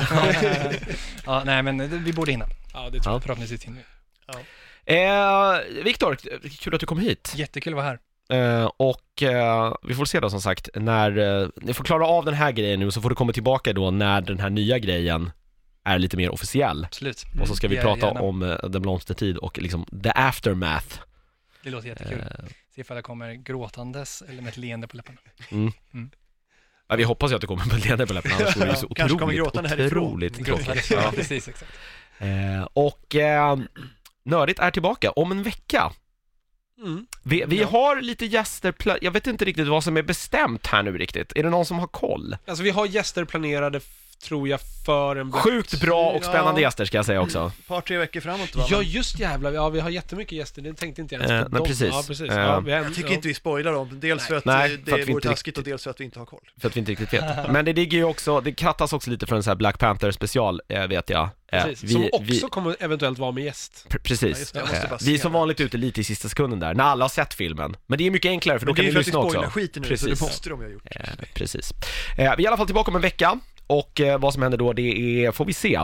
Ja, nej men det- vi borde hinna. Ja, det tror Ja. Förhoppningsvis hinner vi. Eh, Viktor, kul att du kom hit. Jättekul att vara här. Eh, och eh, vi får se då som sagt när eh, ni får klara av den här grejen nu, så får du komma tillbaka då när den här nya grejen är lite mer officiell. Absolut. Och så ska vi Ja, prata gärna. om uh, Den blomstertid och liksom the aftermath. Det låter jättekul. Eh, Se ifall jag kommer gråtandes eller med ett leende på läpparna. mm. Mm. Ja, vi hoppas ju att du kommer med leende på läpparna, annars vore det ju så Ja, kanske kommer otroligt, gråtande härifrån. otroligt Gråtande. tråkigt. Ja, Ja. precis, exakt. Eh, och eh, Nördigt är tillbaka om en vecka. Mm. Vi, vi Ja. har lite gäster, pla- jag vet inte riktigt vad som är bestämt här nu riktigt. Är det någon som har koll? Alltså vi har gäster planerade, f- tror jag, för en... Black- Sjukt bra och spännande Ja. gäster ska jag säga också. Ett par, tre veckor framåt va? Ja, Men just jävlar. Ja, vi har jättemycket gäster. Det tänkte inte jag ens Eh, på. men dem. precis. Ja, precis. Eh, Ja, vi har- jag tycker ja. inte vi spoilar dem. Dels för att Nej, eh, för det att vi vore inte taskigt riktigt- och dels för att vi inte har koll. För att vi inte riktigt vet. Men det ligger ju också, det krattas också lite för en sån här Black Panther special, eh, vet jag. Eh, Precis. vi, Som också vi, kommer eventuellt vara med gäst. pr- Ja, precis. just det. Jag måste Eh, bara vi är se som det. vanligt ute lite i sista sekunden där, när alla har sett filmen. Men det är mycket enklare för då Men det kan är ni för att vi lyssna spoilar också. skiten nu, så Precis. det måste de ju ha gjort. Eh, precis. Eh, vi är i alla fall tillbaka om en vecka och eh, vad som händer då, det är, får vi se.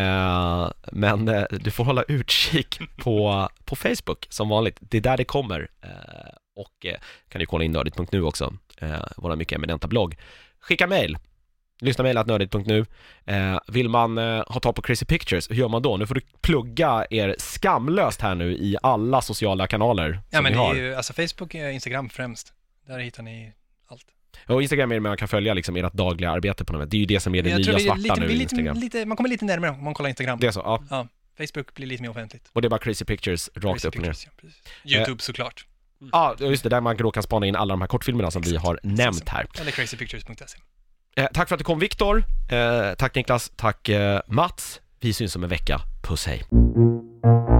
Eh, men eh, du får hålla utkik på, på Facebook som vanligt. Det är där det kommer. Eh, och eh, kan du kolla in nördigt punkt nu också. Eh, vår mycket eminenta blogg. Skicka mejl. Lyssna mejl att nördigt punkt nu. Eh, vill man eh, ha tag på Crazy Pictures, hur gör man då? Nu får du plugga er skamlöst här nu i alla sociala kanaler Ja, som men vi det har. är ju, alltså Facebook och Instagram främst. Där hittar ni allt. Och Instagram är det man kan följa liksom ert dagliga arbete på något sätt. Det är ju det som är det Jag nya tror det är svarta lite, nu blir i lite, Instagram. lite, man kommer lite närmare om man kollar Instagram. Det är så, ja. Ja, Facebook blir lite mer offentligt. Och det är bara Crazy Pictures rakt Crazy upp och ner. Pictures, ja, precis. YouTube såklart. Ja, just det, där man då kan spana in alla de här kortfilmerna som vi Exakt, har precis. nämnt här. Eller crazy pictures punkt se. Eh, tack för att du kom, Viktor. Eh, tack Niklas, tack eh, Mats. Vi syns om en vecka. Puss, hej.